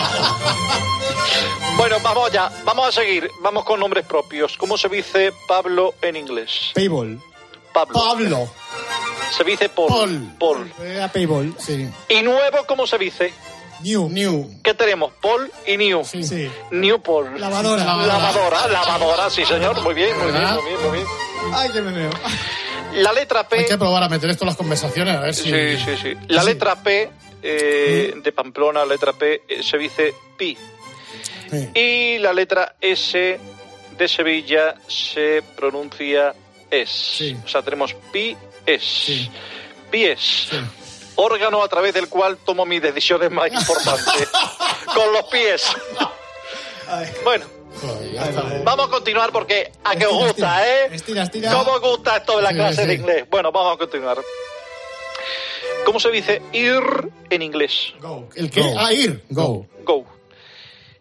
Bueno, vamos ya, vamos a seguir. Vamos con nombres propios. ¿Cómo se dice Pablo en inglés? Payball. Pablo. Pablo. Se dice Paul. Paul. Paul. Era Payball. Sí. ¿Y nuevo cómo se dice? New. New. ¿Qué tenemos? Paul y New. Sí. Sí. New Paul. Lavadora. Lavadora, lavadora, sí señor. Muy bien, muy bien, ¿Verdad? muy bien, muy bien. Ay, qué meneo. La letra P. Hay que probar a meter esto en las conversaciones, a ver si... Sí, sí, sí. La letra P eh, de Pamplona, letra P, eh, se dice pi. Sí. Y la letra S de Sevilla se pronuncia es. Sí. O sea, tenemos pi es. Sí. Pies. Sí. Órgano a través del cual tomo mis decisiones más importantes. Con los pies. Bueno, Joder, ya está. vamos a continuar porque a que os Estira, gusta, estira. ¿eh? Estira, estira. ¿Cómo os gusta esto de la Sí, clase sí. de inglés? Bueno, vamos a continuar. ¿Cómo se dice ir en inglés? Go. ¿El qué? Go. Ah, ir. Go. Go.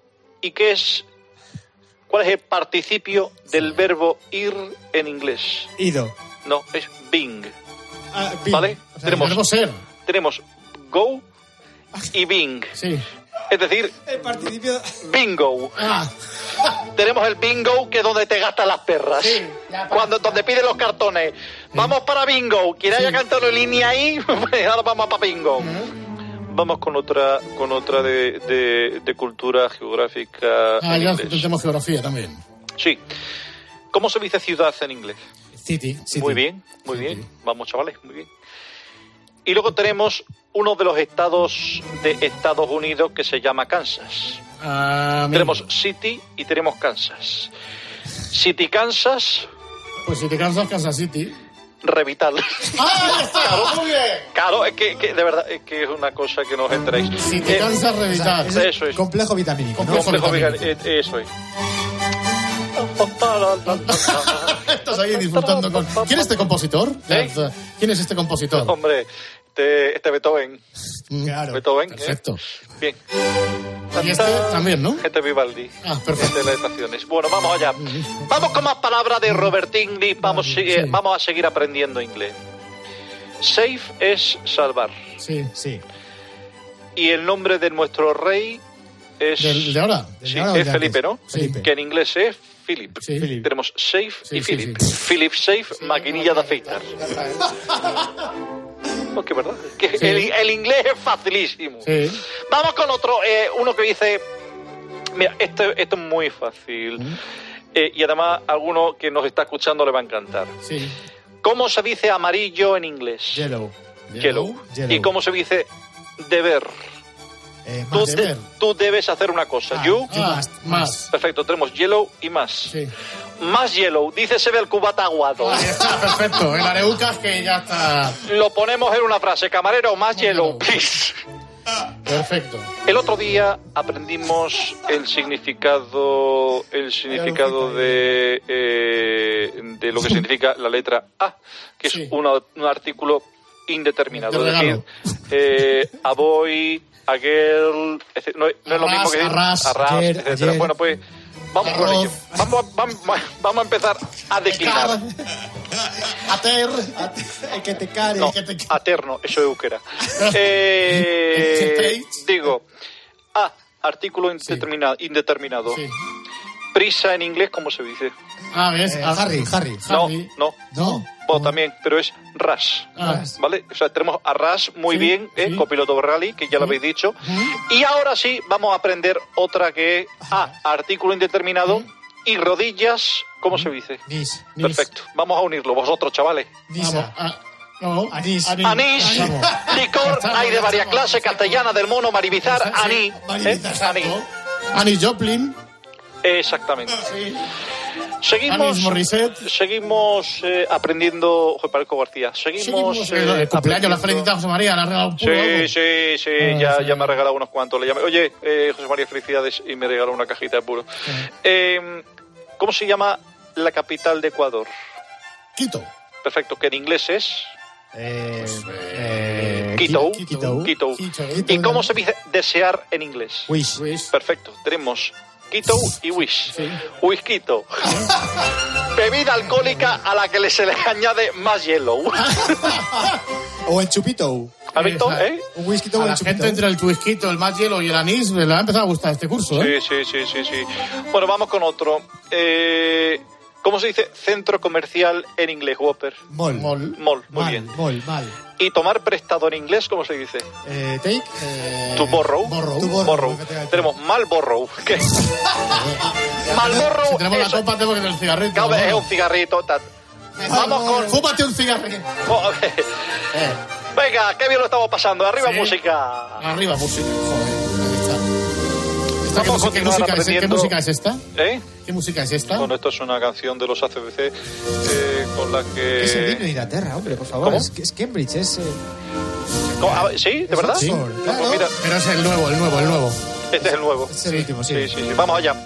¿Y qué es? ¿Cuál es el participio del verbo ir en inglés? Ido. No, es being. Ah, being. ¿Vale? O sea, tenemos, el verbo ser. tenemos go y being. Sí. Es decir, El participio... bingo. Ah. Tenemos el bingo, que es donde te gastan las perras. Sí, ya, Cuando, donde piden los cartones. Vamos para bingo. Quien haya cantado en línea ahí, pues ahora vamos para bingo. Vamos con otra con otra de, de, de cultura geográfica. Ah, en ya inglés. tenemos geografía también. Sí. ¿Cómo se dice ciudad en inglés? City. City. Muy bien, muy City. bien. Vamos, chavales, muy bien. Y luego tenemos uno de los estados de Estados Unidos que se llama Kansas. Ah, Tenemos City y tenemos Kansas. City, Kansas, Pues si te cansas, Kansas City. Revital. ¡Ah, ya está! Claro. ¡Muy bien! Claro, es que, que de verdad es que es una cosa que no os enteráis. Si te Eh, cansas, revital. Es el Eso es. complejo vitamínico. ¿no? complejo vitamínico. vital, eh, eso es. Estás ahí disfrutando con... ¿Quién es este compositor? Ya, ¿Eh? o sea, ¿quién es este compositor? Hombre, este, este Beethoven. Claro. Beethoven. ¿eh? Perfecto. Bien. Y este también, ¿no? Este Vivaldi. Ah, perfecto. Este de las estaciones. Bueno, vamos allá. Vamos con más palabras de Robert English. Vamos, Sí. eh, vamos a seguir aprendiendo inglés. Safe es salvar. Sí. Sí. Y el nombre de nuestro rey es... ¿Del de ahora? ¿Del Sí, de ahora o es de Felipe, antes? ¿no? Felipe. Que en inglés es Philip. Sí. Philip. Tenemos Safe Sí, y sí, Philip. sí. Philip Safe, maquinilla de afeitar. Oh, que verdad. Que Sí. el, el inglés es facilísimo. Sí. Vamos con otro, eh, uno que dice... Mira, esto, esto es muy fácil. Eh, y además, a alguno que nos está escuchando le va a encantar. Sí. ¿Cómo se dice amarillo en inglés? Yellow. Yellow. Yellow. ¿Y cómo se dice deber? Eh, Tú, más. de- deber. tú debes hacer una cosa. Ah, You. you Ah, must. más. Perfecto, tenemos yellow y más. Sí. Más yellow, dice se ve el cubata aguado. Ahí está, perfecto. El areucas que ya está... Lo ponemos en una frase, camarero, más yellow, yellow. please. Perfecto. El otro día aprendimos el significado, el significado de, eh, de lo que significa la letra A, que es Sí. una- un artículo indeterminado. De Es decir, regalo. eh, a boy, a girl, etcétera. no, no es lo Arras, mismo que decir arras, arras, ayer, etcétera. ayer. Bueno, pues vamos con Arroz. ello. Vamos, vamos, vamos a empezar a declinar. Ater. El que te care. No, que te- aterno, eso es euskera. Eh, digo, A, artículo indeterminado. indeterminado. Sí. Prisa en inglés, ¿cómo se dice? Ah, ¿ves? Eh, Ah, Harry, Harry. No, Harry. no. No. Bueno, también, pero es rush. Ah. ¿Vale? O sea, tenemos a Rush muy Sí, bien, ¿eh? sí. Copiloto rally, que ya lo habéis dicho. Y ahora sí, vamos a aprender otra que es A, artículo indeterminado, y rodillas, ¿cómo se dice? Nis. Perfecto. Vamos a unirlo, vosotros, chavales. Vamos. Nisa. Ah, no. Anís. Anís, Vamos. licor, Ya hay de estamos, varias ya estamos. clases, castellana, del mono, maribizar, Sí, aní. Marinita, ¿eh? exacto. Aní. Anis Joplin. Exactamente. Sí. Seguimos, Alanis Morissette. seguimos eh, aprendiendo. Ojo, parezco García. Seguimos. Seguimos. eh, el cumpleaños, la aprendiendo- felicita a José María, le ha regalado un puro. Sí, sí, sí, Ah, ya, sí. ya me ha regalado unos cuantos. Le llamé, oye, eh, José María, felicidades, y me regaló una cajita de puro. Eh, ¿Cómo se llama la capital de Ecuador? Quito. Perfecto, que en inglés es Eh, eh, Quito. Quito. Quito. Quito. ¿Y cómo se dice desear en inglés? Wish. Luis. Perfecto, tenemos Quito y Wish. Whiskito. Bebida alcohólica a la que le se le añade más hielo. O el chupito. ¿Has visto? Esa- ¿Eh? Un whisky o A el la chupito. gente entre el tuisquito, el más hielo y el anís le ha empezado a gustar este curso, ¿eh? Sí, sí, sí, sí, sí. Bueno, vamos con otro. Eh, ¿Cómo se dice centro comercial en inglés, Whopper? Mall. Mol. Mall, muy Mal, bien. mall, mal. ¿Y tomar prestado en inglés, cómo se dice? Eh, take. Eh, To borrow. Borrow. To borrow. Borrow. efectivamente. Tenemos mal borrow. ¿Qué? mal borrow. Si tenemos la es- copa, tenemos que tener el cigarrito. Claro, ¿no? es un cigarrito. tal. Vamos con... Fúmate un cigarrito. Oh, ok. Venga, qué bien lo estamos pasando. Arriba Sí. música. Arriba, música. Joder, ahí está. ¿Esta qué, Vamos a música, qué continuar música es, ¿Qué aprendiendo. música es esta? ¿Eh? ¿Qué música es esta? Bueno, esto es una canción de los A C D C eh, con la que... Es el himno de Inglaterra, hombre, por favor. ¿Cómo? Es, es Cambridge, es. eh, ¿Cómo? Ah, ¿Sí? ¿De verdad? Sí, Pues claro. mira, Pero es el nuevo, el nuevo, el nuevo. este es el nuevo. Es el último, sí. Sí, sí, sí. Vamos allá.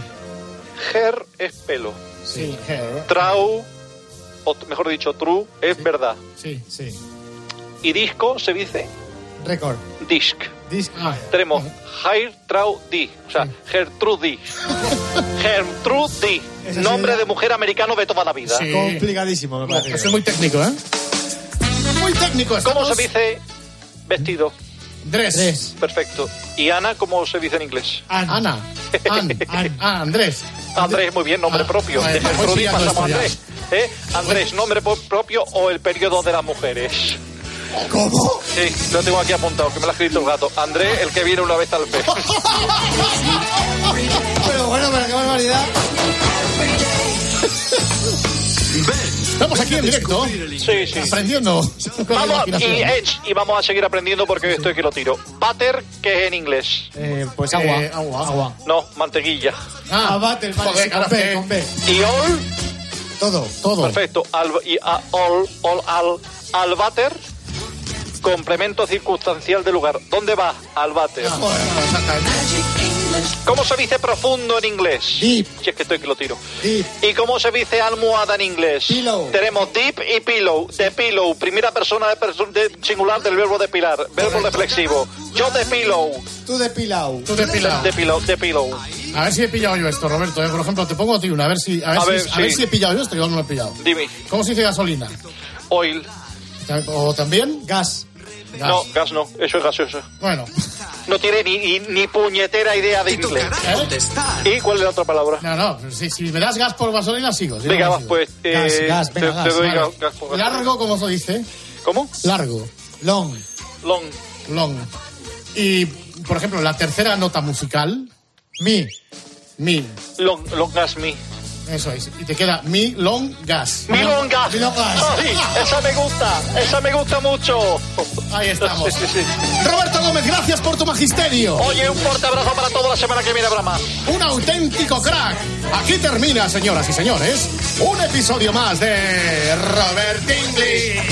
Hair es pelo. Sí, hair. True, o t- mejor dicho, true, es verdad. Sí. Sí. Y disco se dice Record. Disc. Disc. Ah, Tenemos Gertrude, o sea, Gertrude. Gertrude, nombre de mujer americano de toda la vida. Sí. Complicadísimo, me parece. Eso es muy técnico, ¿eh? Muy técnico. ¿Cómo se dice vestido? Dress. Dress. Perfecto. ¿Y Ana cómo se dice en inglés? Ana. An, An, ah, Andrés. Andrés, muy bien, nombre Ah, propio. vale, De pues Gertrudis sí, ya pasamos a nuestro, Andrés. ¿Eh? Andrés, nombre po- propio o el periodo de las mujeres. ¿Cómo? Sí, lo tengo aquí apuntado, que me lo ha escrito el gato. Andrés, el que viene una vez al mes. Pero bueno, pero qué barbaridad. Estamos aquí en directo. Sí, sí. Aprendiendo. Vamos, y, Edge, y vamos a seguir aprendiendo porque estoy que lo tiro. Butter, ¿qué es en inglés? Eh, pues agua. Eh, agua. Agua. No, mantequilla. Ah, Butter, vale, Joder, sí, con ahora B, que- con B. ¿Y all? Todo. Todo. Perfecto. Al, y a, all, all, al, al butter, complemento circunstancial del lugar. ¿Dónde va? Al butter. Ah, joder, no, exactamente. ¿Cómo se dice profundo en inglés? Deep. Si es que estoy que lo tiro. Deep. ¿Y cómo se dice almohada en inglés? Pillow. Tenemos deep y pillow. De pillow, primera persona de, perso- de singular del verbo depilar. Verbo reflexivo. Yo de pillow. Tú depilado. Tú depilado. De pillow, de pillow. A ver si he pillado yo esto, Roberto. ¿eh? Por ejemplo, te pongo a ti una. A ver si, a ver A si, ver, a ver sí. si he pillado yo esto. Yo no lo he pillado. Dime. ¿Cómo se dice gasolina? Oil. ¿O también? Gas. Gas. No, gas no. Eso es gaseoso. Bueno. No tiene ni, ni, ni puñetera idea de inglés. ¿Eh? ¿Y cuál es la otra palabra? No, no. Si, si me das gas por gasolina, sigo. Si no, Venga, no vas sigo. pues. Eh, Gas, gas, te, venga, te gas, doy vale. gas, gas por gasolina. Largo, ¿cómo se dice? ¿Cómo? Largo. Long. Long. Long. Y, por ejemplo, la tercera nota musical. Mi. Mi. Long, long gas me. Eso es. Y te queda mi long gas. Mi long gas. Mi long gas. Ay, esa me gusta. Esa me gusta mucho. Ahí estamos. Sí, sí, sí. Roberto Gómez, gracias por tu magisterio. Oye, un fuerte abrazo para toda la semana que viene habrá más. Un auténtico crack. Aquí termina, señoras y señores, un episodio más de Robert English.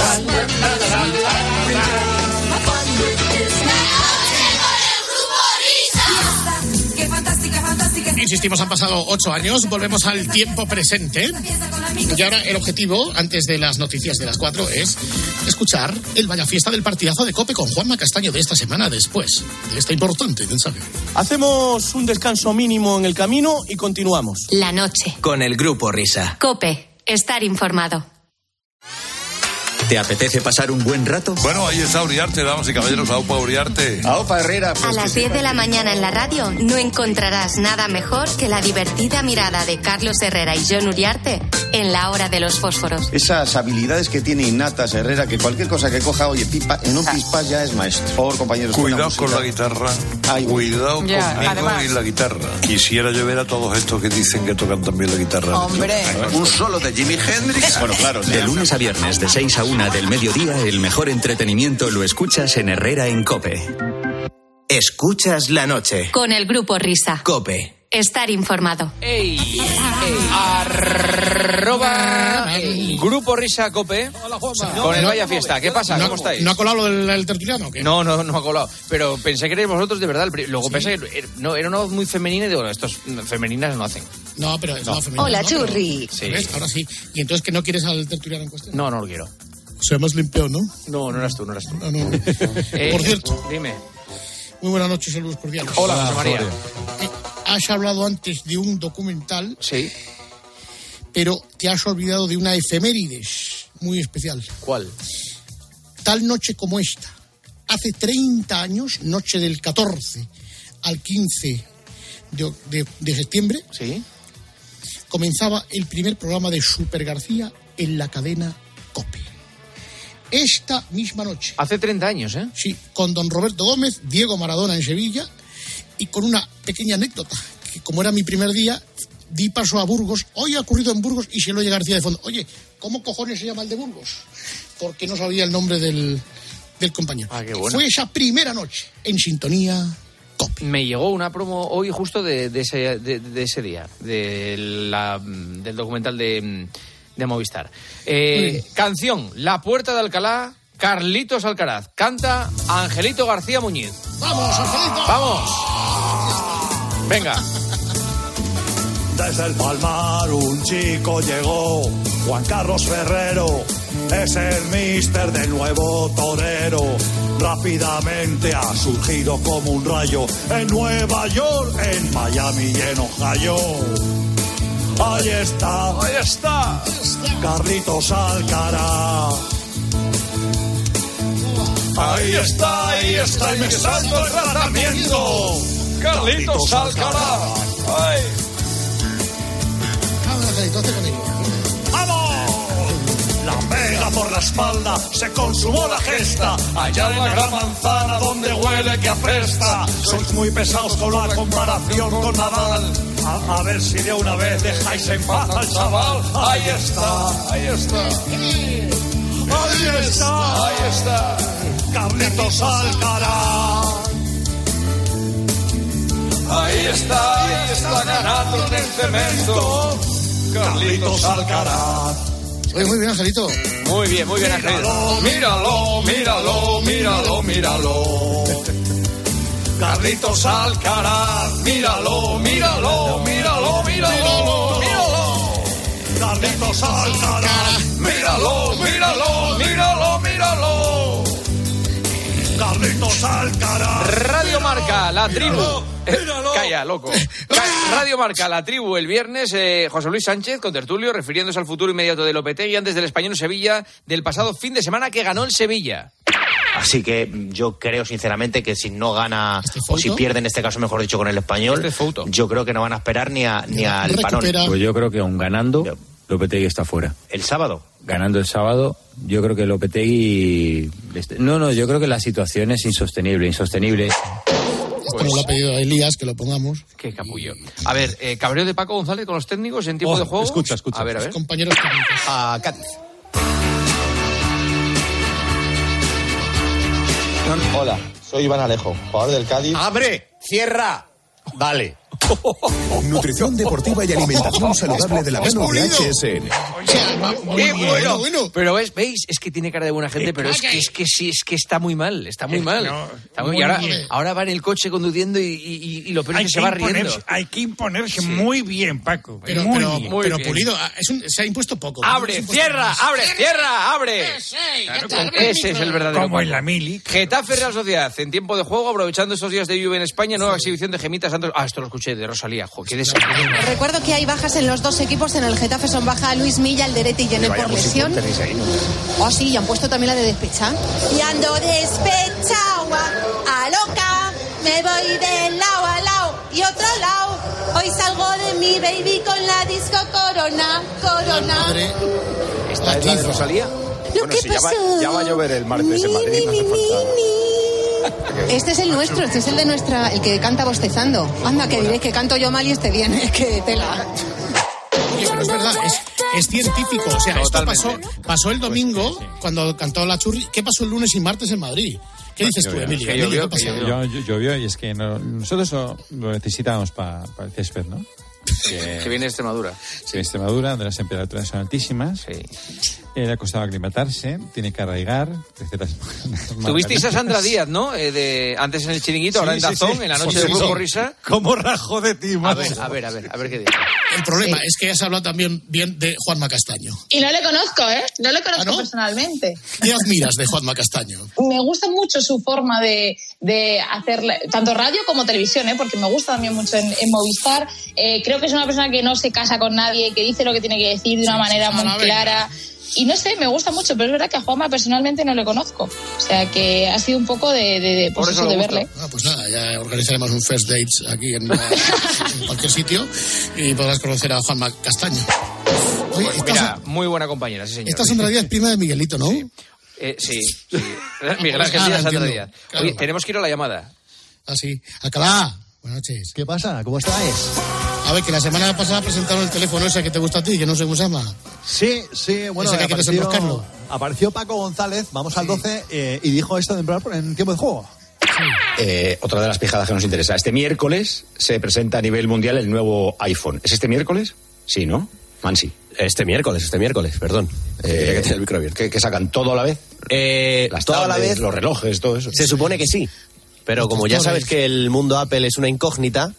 Insistimos, han pasado ocho años, volvemos al tiempo presente. Y ahora el objetivo, antes de las noticias de las cuatro, es escuchar el Vaya Fiesta del partidazo de COPE con Juanma Castaño de esta semana después de este importante mensaje. Hacemos un descanso mínimo en el camino y continuamos. La noche. Con el Grupo Risa. COPE. Estar informado. ¿Te apetece pasar un buen rato? Bueno, ahí está Uriarte, damas y caballeros, Aupa Uriarte. Aupa Herrera. Pues A las diez de la mañana en la radio no encontrarás nada mejor que la divertida mirada de Carlos Herrera y John Uriarte en la hora de los fósforos. Esas habilidades que tiene innatas Herrera, que cualquier cosa que coja, oye, pipa, en un pispás ya es maestro. Por favor, compañeros. Cuidado con la guitarra. Ay, Cuidado ya, conmigo además. y la guitarra. Quisiera yo ver a todos estos que dicen que tocan también la guitarra. Hombre. Un solo de Jimi Hendrix. Bueno, claro. De lunes a viernes, de seis a una del mediodía, el mejor entretenimiento lo escuchas en Herrera en COPE. Escuchas la noche. Con el Grupo Risa. COPE. Estar informado. Ey, ey, arroba el Grupo Risa Cope con el Vaya Fiesta. ¿Qué pasa? ¿No, ¿Cómo estáis? ¿No ha colado el, el tertuliano o qué? No, no, no ha colado. Pero pensé que erais vosotros de verdad. Luego pensé que era, no, era una voz muy femenina y digo, estos femeninas no hacen. No, pero es No. una femenina. Hola, ¿no? Pero- churri. Sí. ¿Ves? Ahora sí. ¿Y entonces que no quieres al tertuliano en cuestión? No, no lo quiero. O sea, más limpio, ¿no? No, no eras tú, no eras tú. No, no. Eh, Por cierto. Dime. Muy buenas noches, saludos cordiales. Hola, José María. Eh, Has hablado antes de un documental. Sí. Pero te has olvidado de una efemérides muy especial. ¿Cuál? Tal noche como esta. Hace treinta años, noche del catorce al quince de, de- de septiembre, ¿Sí? comenzaba el primer programa de Super García en la cadena COPE. Esta misma noche. Hace treinta años, ¿eh? Sí, con don Roberto Gómez, Diego Maradona en Sevilla, y con una pequeña anécdota, que como era mi primer día, di paso a Burgos. Hoy ha ocurrido en Burgos y se lo oye García de fondo. Oye, ¿cómo cojones se llama el de Burgos? Porque no sabía el nombre del, del compañero. Ah, qué bueno. Fue esa primera noche en sintonía. Me llegó una promo hoy justo de, de, ese, de, de ese día, de la, del documental de, de Movistar. Eh, canción, La Puerta de Alcalá, Carlitos Alcaraz. Canta Angelito García Muñiz. ¡Vamos, Angelito! ¡Vamos! Venga. Desde el Palmar un chico llegó, Juan Carlos Ferrero, es el míster del nuevo torero. Rápidamente ha surgido como un rayo en Nueva York, en Miami y en Ohio. Ahí está, ahí está, Carlitos Alcaraz. Ahí está, ahí está, y me salto el tratamiento. Carlitos Alcaraz. Ay. Vamos, Carlitos, hazte conmigo. ¡Vamos! La pega por la espalda, se consumó la gesta. Allá en la gran manzana donde huele que apesta. Sois muy pesados con la comparación con Nadal. A, a ver si de una vez dejáis en paz al chaval. Ahí está, ahí está. Ahí está, ahí está. Carlitos Alcaraz. Ahí está, ahí está ganando en el cemento. Carlitos Alcaraz. Oye, muy bien, Angelito. Muy bien, muy bien, Angelito. Míralo, míralo, míralo, míralo. Carlitos Alcaraz. Míralo, míralo, míralo, míralo, míralo. Carlitos Alcaraz. Míralo, míralo, míralo, míralo. Carlitos Alcaraz. Radio Marca, la tribu. Eh, calla, loco. Radio Marca, la tribu, el viernes, eh, José Luis Sánchez con tertulio, refiriéndose al futuro inmediato de Lopetegui antes del Español Sevilla del pasado fin de semana que ganó el Sevilla. Así que yo creo sinceramente que si no gana, o si pierde en este caso, mejor dicho, con el Español, este yo creo que no van a esperar ni, a, ni al parón. Pues yo creo que aún ganando, Lopetegui está fuera. ¿El sábado? Ganando el sábado, yo creo que Lopetegui... No, no, yo creo que la situación es insostenible, insostenible. Esto pues... nos lo ha pedido Elías, que lo pongamos. Qué capullo. A ver, eh, cabreo de Paco González con los técnicos en tiempo oh, de juego. Escucha, escucha. A ver, a ver. Los compañeros técnicos. A Cádiz. Hola, soy Iván Alejo, jugador del Cádiz. ¡Abre! ¡Cierra! Vale. Nutrición deportiva y alimentación saludable de la mano de H S N. Qué bueno, bueno. Pero ves, veis, es que tiene cara de buena gente, pero es que es que sí, es que está muy mal, está muy mal. Está muy, y ahora, ahora va en el coche conduciendo y, y, y lo peor es que se va riendo. Hay que imponerse sí. muy bien, Paco. Pero, muy pero, bien. pero bien. Pulido, es un, se ha impuesto poco. Abre, impuesto cierra, más. abre, cierra, abre. Claro, ese es el verdadero Como Paco. en la mili. Getafe Real Sociedad, en tiempo de juego, aprovechando estos días de lluvia en España, nueva exhibición de Gemitas Santos. Ah, esto lo escuché de Rosalía. Jo, qué des... Recuerdo que hay bajas en los dos equipos. En el Getafe son baja Luis Milla, Alderete y Jenner por lesión. Ahí, ¿no? Oh, sí, y han puesto también la de despecha. Y ando despechado a loca, me voy de lado a lado y otro lado. Hoy salgo de mi baby con la disco Corona, Corona. ¿Esta es la de Rosalía? Lo bueno, que si ya, va, pasó. ya va a llover el martes en Madrid, no hace falta. Este es el nuestro, este es el de nuestra, el que canta bostezando. Anda, que diré que canto yo mal y esté bien, es que tela. Oye, pero es verdad, es, es científico. O sea, Totalmente. esto pasó, pasó el domingo cuando cantó la Churri. ¿Qué pasó el lunes y martes en Madrid? ¿Qué dices tú, Emilio? Que llovió, ¿qué pasó? Yo, yo, llovió y es que no, nosotros lo necesitábamos para pa el césped, ¿no? Que, que viene de Extremadura. Que viene de Extremadura, donde las temperaturas son altísimas. Sí. Eh, le ha costado aclimatarse, tiene que arraigar. Tuvisteis a Sandra Díaz, ¿no? Eh, de, antes en el Chiringuito, sí, ahora en Dazón, sí, sí. en la noche sí, del Grupo sí. Risa. ¿Cómo rajo de ti, a ver, a ver, a ver, a ver qué dice. El problema sí. es que has hablado también bien de Juanma Castaño. Y no le conozco, ¿eh? No le conozco ¿Ah, no? personalmente. ¿Qué admiras de Juanma Castaño? Me gusta mucho su forma de, de hacer tanto radio como televisión, ¿eh? Porque me gusta también mucho en, en Movistar. Eh, creo que es una persona que no se casa con nadie, que dice lo que tiene que decir de una sí, manera muy clara. Y no sé, me gusta mucho, pero es verdad que a Juanma personalmente no le conozco. O sea, que ha sido un poco de, de, de, pues eso, de verle. Ah, pues nada, ya organizaremos un first dates aquí en, en cualquier sitio y podrás conocer a Juanma Castaño. Oye, pues mira, muy buena compañera, sí señor. Esta Sandra Díaz, prima de Miguelito, ¿no? Sí, eh, sí, sí. Miguel Ángel Díaz, Sandra Díaz. Claro. Oye, tenemos que ir a la llamada. Ah, sí. Alcalá, buenas noches. ¿Qué pasa? ¿Cómo estáis? A ver, que la semana pasada presentaron el teléfono ese que te gusta a ti, que no sé cómo se llama. Sí, sí, bueno, que apareció, apareció Paco González, vamos al doce, eh, y dijo esto de entrar en tiempo de juego. Sí. Eh, otra de las pijadas que nos interesa. Este miércoles se presenta a nivel mundial el nuevo iPhone. ¿Es este miércoles? Sí, ¿no? Mansi. Este miércoles, este miércoles, perdón. Eh, que tiene el micro abierto. ¿Qué, ¿Qué sacan? ¿Todo a la vez? Eh, Las todo tablets, a la vez. Los relojes, todo eso. Se supone que sí. Pero como ya sabes que el mundo Apple es una incógnita,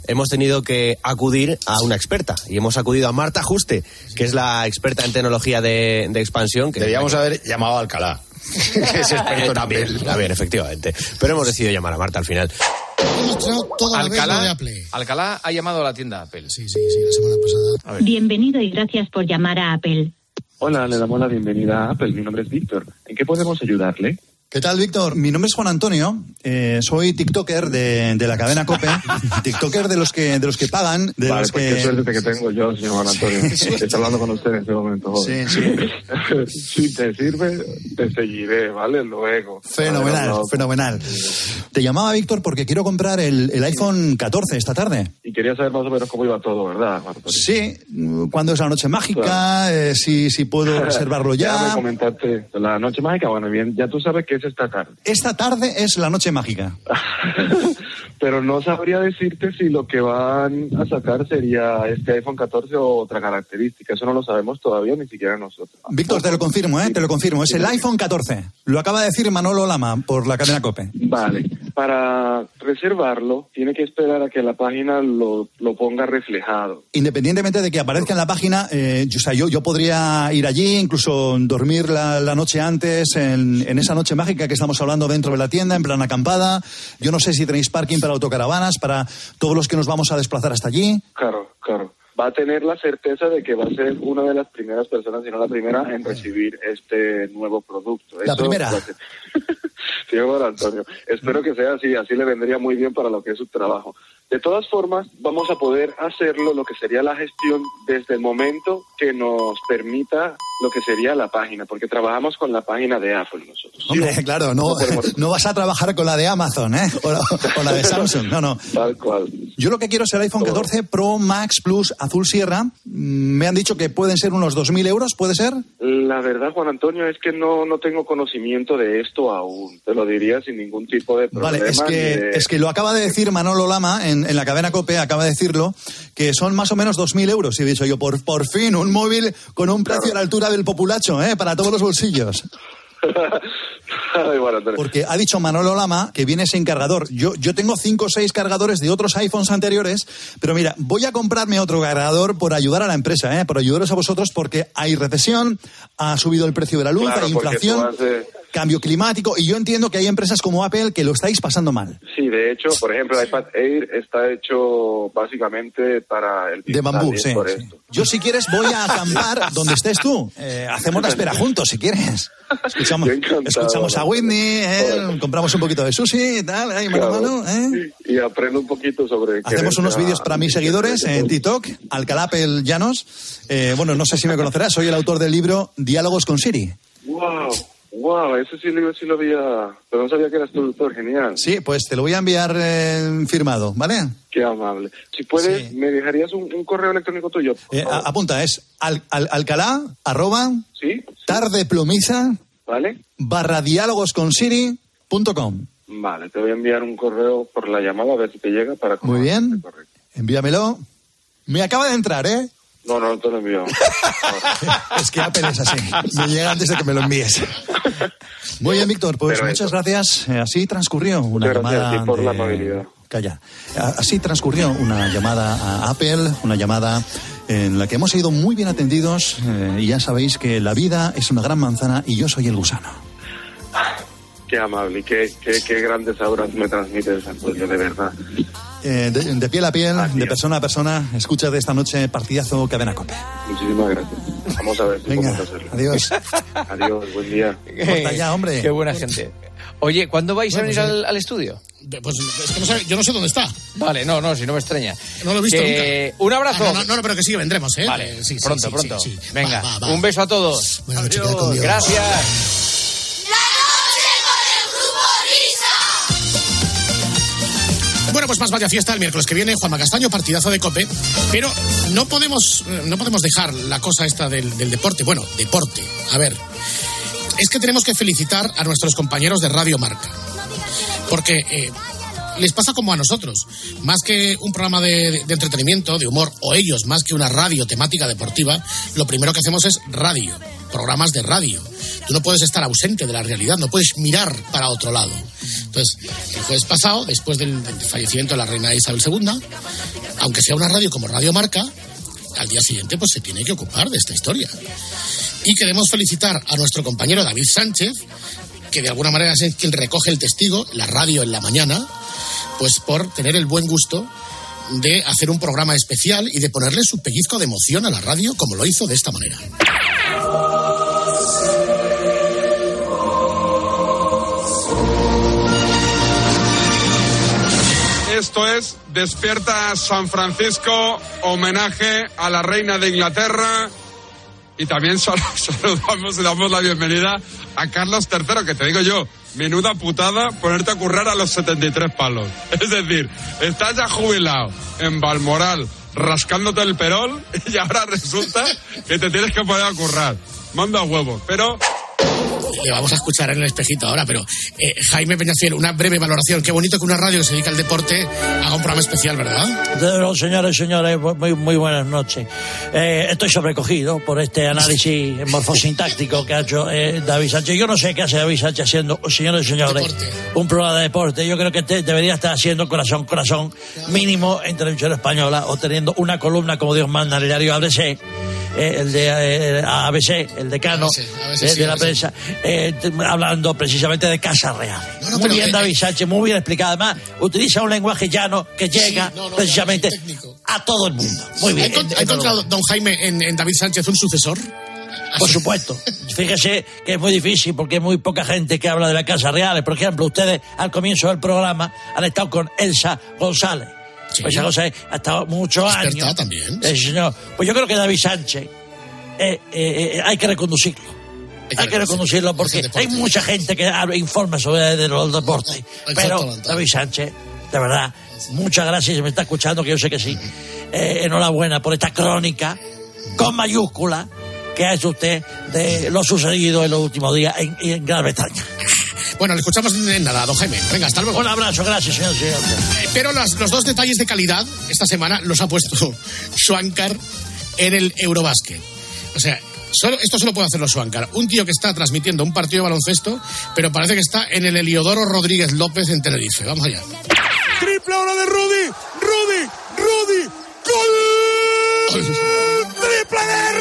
hemos tenido que acudir a una experta. Y hemos acudido a Marta Juste, que es la experta en tecnología de, de expansión. Que Deberíamos haber llamado a Alcalá, que es experto en también. Apple. A ver, efectivamente. Pero hemos decidido llamar a Marta al final. Alcalá, Alcalá ha llamado a la tienda Apple. Sí, sí, sí, la semana pasada. Bienvenido y gracias por llamar a Apple. Hola, le damos la bienvenida a Apple. Mi nombre es Víctor. ¿En qué podemos ayudarle? ¿Qué tal, Víctor? Mi nombre es Juan Antonio, eh, soy tiktoker de, de la cadena COPE, tiktoker de los que de los que pagan, de vale, los pues que... qué suerte que tengo yo, señor Juan Antonio. Estoy hablando con usted en este momento. Joder. Sí, sí. Si te sirve, te seguiré, ¿vale? Luego. Fenomenal, vale, fenomenal. Te llamaba, Víctor, porque quiero comprar el, el iPhone catorce esta tarde. Y quería saber más o menos cómo iba todo, ¿verdad, Juan Antonio? Sí, cuándo es la noche mágica, claro. eh, si, si puedo reservarlo ya. Déjame comentarte, la noche mágica, bueno, bien, ya tú sabes que es esta tarde. Esta tarde es la noche mágica. Pero no sabría decirte si lo que van a sacar sería este iPhone catorce o otra característica. Eso no lo sabemos todavía, ni siquiera nosotros. Víctor, te lo confirmo, ¿eh? Te lo confirmo. Es el iPhone catorce. Lo acaba de decir Manolo Lama por la cadena COPE. Vale. Para reservarlo, tiene que esperar a que la página lo, lo ponga reflejado. Independientemente de que aparezca en la página, eh, yo, o sea, yo, yo podría ir allí, incluso dormir la, la noche antes, en, en esa noche mágica que estamos hablando dentro de la tienda, en plan acampada. Yo no sé si tenéis parking para autocaravanas, para todos los que nos vamos a desplazar hasta allí. Claro, claro. Va a tener la certeza de que va a ser una de las primeras personas, si no la primera, en recibir este nuevo producto. La Eso primera. Sí, bueno, Antonio. Espero que sea así, así le vendría muy bien para lo que es su trabajo. De todas formas, vamos a poder hacerlo, lo que sería la gestión, desde el momento que nos permita lo que sería la página, porque trabajamos con la página de Apple nosotros. Hombre, ¿sí? Claro, no, no vas a trabajar con la de Amazon, ¿eh? O la, o la de Samsung, no, no. Tal cual. Yo lo que quiero es el iPhone catorce Pro Max Plus Azul Sierra. Me han dicho que pueden ser unos dos mil euros, ¿puede ser? La verdad, Juan Antonio, es que no, no tengo conocimiento de esto aún. Te lo diría sin ningún tipo de problema. Vale, es que, de... es que lo acaba de decir Manolo Lama en, en la cadena COPE, acaba de decirlo, que son más o menos dos mil euros. Y he dicho yo, por, por fin, un móvil con un precio claro. a la altura del populacho, ¿eh? Para todos los bolsillos. Ay, bueno, porque ha dicho Manolo Lama que viene sin cargador. Yo, yo tengo cinco o seis cargadores de otros iPhones anteriores, pero mira, voy a comprarme otro cargador por ayudar a la empresa, ¿eh? Por ayudaros a vosotros, porque hay recesión, ha subido el precio de la luz, claro, hay inflación, hace... cambio climático, y yo entiendo que hay empresas como Apple que lo estáis pasando mal. Sí, de hecho, por ejemplo, el iPad Air está hecho básicamente para el... De bambú, sí, por sí. Esto. Yo si quieres voy a acampar donde estés tú. Eh, hacemos la espera juntos, si quieres. Escuchamos, escuchamos a Whitney, eh, compramos un poquito de sushi y tal, ahí mano a mano. Eh. Y aprendo un poquito sobre... Hacemos unos vídeos para mis seguidores en TikTok, Alcalá Apple Llanos. Eh, bueno, no sé si me conocerás, soy el autor del libro Diálogos con Siri. ¡Wow! Wow, ese sí, sí lo había... Pero no sabía que eras tu autor, genial. Sí, pues te lo voy a enviar eh, firmado, ¿vale? Qué amable. Si puedes, sí. ¿me dejarías un, un correo electrónico tuyo? Eh, a, apunta, es al, al, alcalá, arroba, ¿sí? ¿Sí? tardeplomiza, ¿vale? barra diálogos con Siri punto com. Vale, te voy a enviar un correo por la llamada a ver si te llega para... Muy bien, envíamelo. Me acaba de entrar, ¿eh? No, no, no te lo envío. Es que Apple es así. Me llega antes de que me lo envíes. Muy bien, Víctor. Pues Pero muchas eso. gracias. Así transcurrió una muchas llamada. Gracias por de... la amabilidad. Calla. Así transcurrió una llamada a Apple, una llamada en la que hemos sido muy bien atendidos. Eh, y ya sabéis que la vida es una gran manzana y yo soy el gusano. Qué amable y qué, qué, qué grandes auras me transmites, Antonio, de verdad. Eh, de, de piel a piel, Adiós. de persona a persona, escucha de esta noche partidazo Cadena COPE. Muchísimas gracias. Vamos a ver si Venga, podemos hacerlo. Adiós. Adiós, buen día. Corta ya, hombre. Qué buena gente. Oye, ¿cuándo vais bueno, a venir pues, al, al estudio? Pues es que no sé, yo no sé dónde está. Vale, no, no, si no me extraña. No lo he visto que... nunca. Un abrazo. Ah, no, no, no, pero que sí, vendremos, ¿eh? Vale, sí, sí, pronto, sí, pronto. Sí, sí. Venga, va, va, va. un beso a todos. Buenas noches, con Dios. Gracias. Bueno, pues más vaya fiesta el miércoles que viene, Juanma Castaño, partidazo de COPE, pero no podemos, no podemos dejar la cosa esta del, del deporte. Bueno, deporte, a ver, es que tenemos que felicitar a nuestros compañeros de Radio Marca, porque eh, les pasa como a nosotros, más que un programa de, de entretenimiento, de humor, o ellos, más que una radio temática deportiva, lo primero que hacemos es radio, programas de radio. Tú no puedes estar ausente de la realidad, no puedes mirar para otro lado. Entonces, el jueves pasado, después del, del fallecimiento de la reina Isabel segunda, aunque sea una radio como Radio Marca, al día siguiente pues se tiene que ocupar de esta historia. Y queremos felicitar a nuestro compañero David Sánchez, que de alguna manera es quien recoge el testigo, la radio en la mañana, pues por tener el buen gusto de hacer un programa especial y de ponerle su pellizco de emoción a la radio, como lo hizo de esta manera. Esto es Despierta San Francisco, homenaje a la reina de Inglaterra. Y también saludamos y damos la bienvenida a Carlos tercero, que te digo yo, menuda putada ponerte a currar a los setenta y tres palos. Es decir, estás ya jubilado en Balmoral rascándote el perol y ahora resulta que te tienes que poner a currar. Manda huevos, pero... Le vamos a escuchar en el espejito ahora, pero eh, Jaime Peñafiel, una breve valoración. Qué bonito que una radio que se dedica al deporte haga un programa especial, ¿verdad? Bueno, señores y señores, muy, muy buenas noches. Eh, estoy sobrecogido por este análisis morfosintáctico que ha hecho eh, David Sánchez. Yo no sé qué hace David Sánchez haciendo, señores y señores, deporte. Un programa de deporte. Yo creo que este debería estar haciendo corazón, corazón, mínimo en televisión española, o teniendo una columna como Dios manda en el diario A B C. Eh, el de eh, A B C, el decano A B C, A B C, eh, sí, de la prensa, eh, hablando precisamente de Casa Real. No, no, muy bien, eh, David Sánchez, muy bien explicado. Además, utiliza un lenguaje llano que llega sí, no, no, precisamente a todo el mundo. Muy bien. ¿Ha encontrado, don Jaime, en, en David Sánchez un sucesor? Por supuesto. Fíjese que es muy difícil porque hay muy poca gente que habla de la Casa Real. Por ejemplo, ustedes al comienzo del programa han estado con Elsa González. Sí. Pues esa cosa ha estado muchos años. También. Eh, señor. Pues yo creo que David Sánchez eh, eh, eh, hay que reconducirlo. Hay que, hay que reconducirlo porque hay mucha gente que habla, informa sobre de los deportes. El pero David Sánchez, de verdad, muchas gracias. Si me está escuchando, que yo sé que sí. Eh, enhorabuena por esta crónica con mayúscula que ha hecho usted de lo sucedido en los últimos días en, en Gran Bretaña. Bueno, le escuchamos en nada, don Jaime. Venga, hasta luego. Un abrazo, gracias, señor. señor. Eh, pero los, los dos detalles de calidad esta semana los ha puesto Schwankar en el Eurobasket. O sea, solo, esto solo puede hacerlo Schwankar. Un tío que está transmitiendo un partido de baloncesto, pero parece que está en el Heliodoro Rodríguez López en Tenerife. Vamos allá. Triple ahora de Rudy. Rudy. Rudy. ¡Gol! ¡Triple de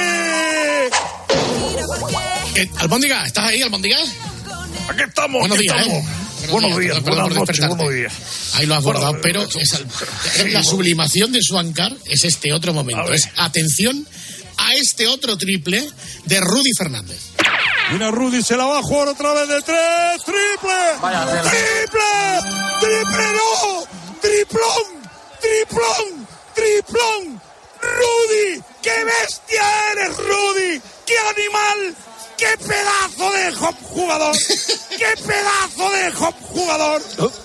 Rudy! Eh, Albóndiga, ¿estás ahí, Albóndiga? Aquí estamos. Buenos aquí días, estamos. ¿eh? Buenos días, perdón, buenas perdón noches, buenos días. Ahí lo has bordado, bueno, pero eso, es al, sí, la sublimación de Schwankar es este otro momento. Es atención a este otro triple de Rudy Fernández. Mira, Rudy se la va a jugar otra vez de tres. ¡Triple! Vaya, ¡Triple! ¡Triple no! ¡Triplón! ¡Triplón! ¡Triplón! ¡Rudy! ¡Qué bestia eres, Rudy! ¡Qué animal! ¡Qué pedazo de hop jugador! ¡Qué pedazo de hop jugador!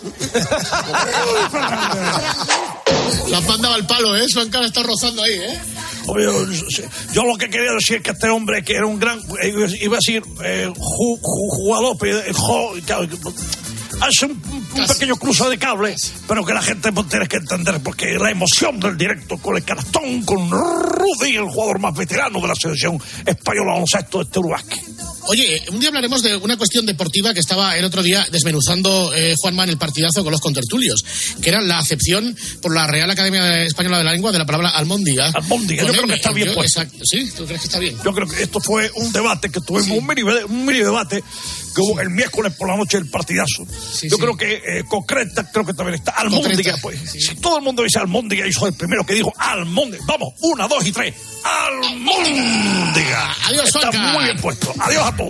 La has mandado al palo, ¿eh? Schwankar está rozando ahí, ¿eh? Yo, yo lo que quería decir es que este hombre, que era un gran, iba a decir, eh, ju, ju, jugador, jo, hace un, un pequeño cruce de cable, pero que la gente pues, tiene que entender, porque la emoción del directo con el cartón, con Rudy, el jugador más veterano de la selección española de baloncesto de este Eurobasket. Oye, un día hablaremos de una cuestión deportiva que estaba el otro día desmenuzando eh, Juanma en el partidazo con los contertulios, que era la acepción por la Real Academia Española de la Lengua de la palabra almóndiga. Almóndiga, yo creo que está bien yo, puesto. Exacto, ¿sí? ¿Tú crees que está bien? Yo creo que esto fue un debate que tuvimos, sí. un, mini, un mini debate que hubo el miércoles por la noche del partidazo. Sí, yo sí. creo que eh, concreta, creo que también está almóndiga. Pues, sí. Si todo el mundo dice almóndiga, y soy el primero que dijo almóndiga. Vamos, una, dos y tres. Almóndiga. Adiós, está Schwankar. Muy bien puesto. Adiós a todos.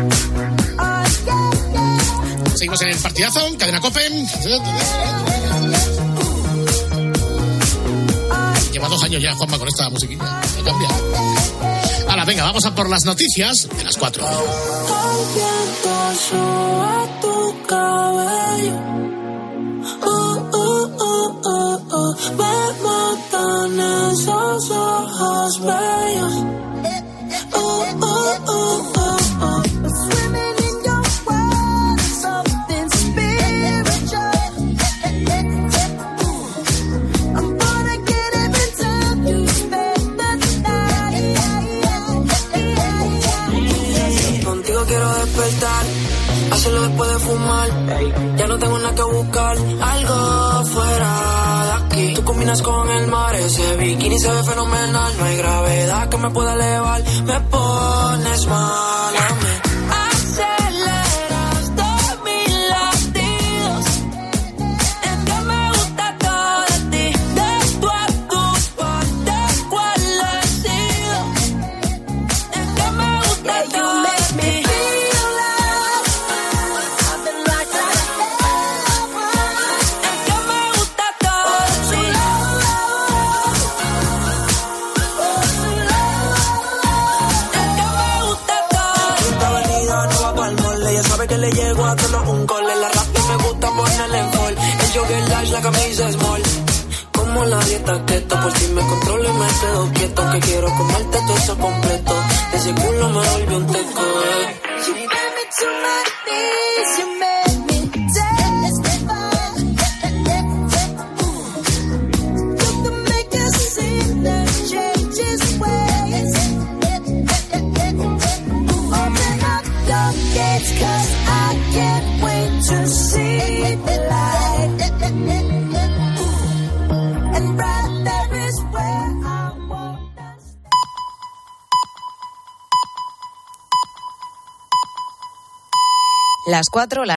Seguimos en el partidazo, Cadena COPE. Lleva dos años ya, Juanma, con esta musiquita. No cambia. Ahora, venga, vamos a por las noticias de las cuatro. hacerlo después de fumar. Ya no tengo nada que buscar, algo fuera de aquí. Tú combinas con el mar, ese bikini se ve fenomenal. No hay gravedad que me pueda elevar, me pones mal a mí. Que le llego a hacerlo un gol. En la rap me gusta ponerle en fall. El jogger large, la camisa small. Como la dieta keto, por si me controlo y me quedo quieto. Que quiero comerte todo eso completo. De ese culo me volvió un teco, eh. You bring me to my knees, you made me testify. You can make a scene that changes ways. Open up your gates, 'cause I can't wait to see the light. And right there is where I want us. Las cuatro,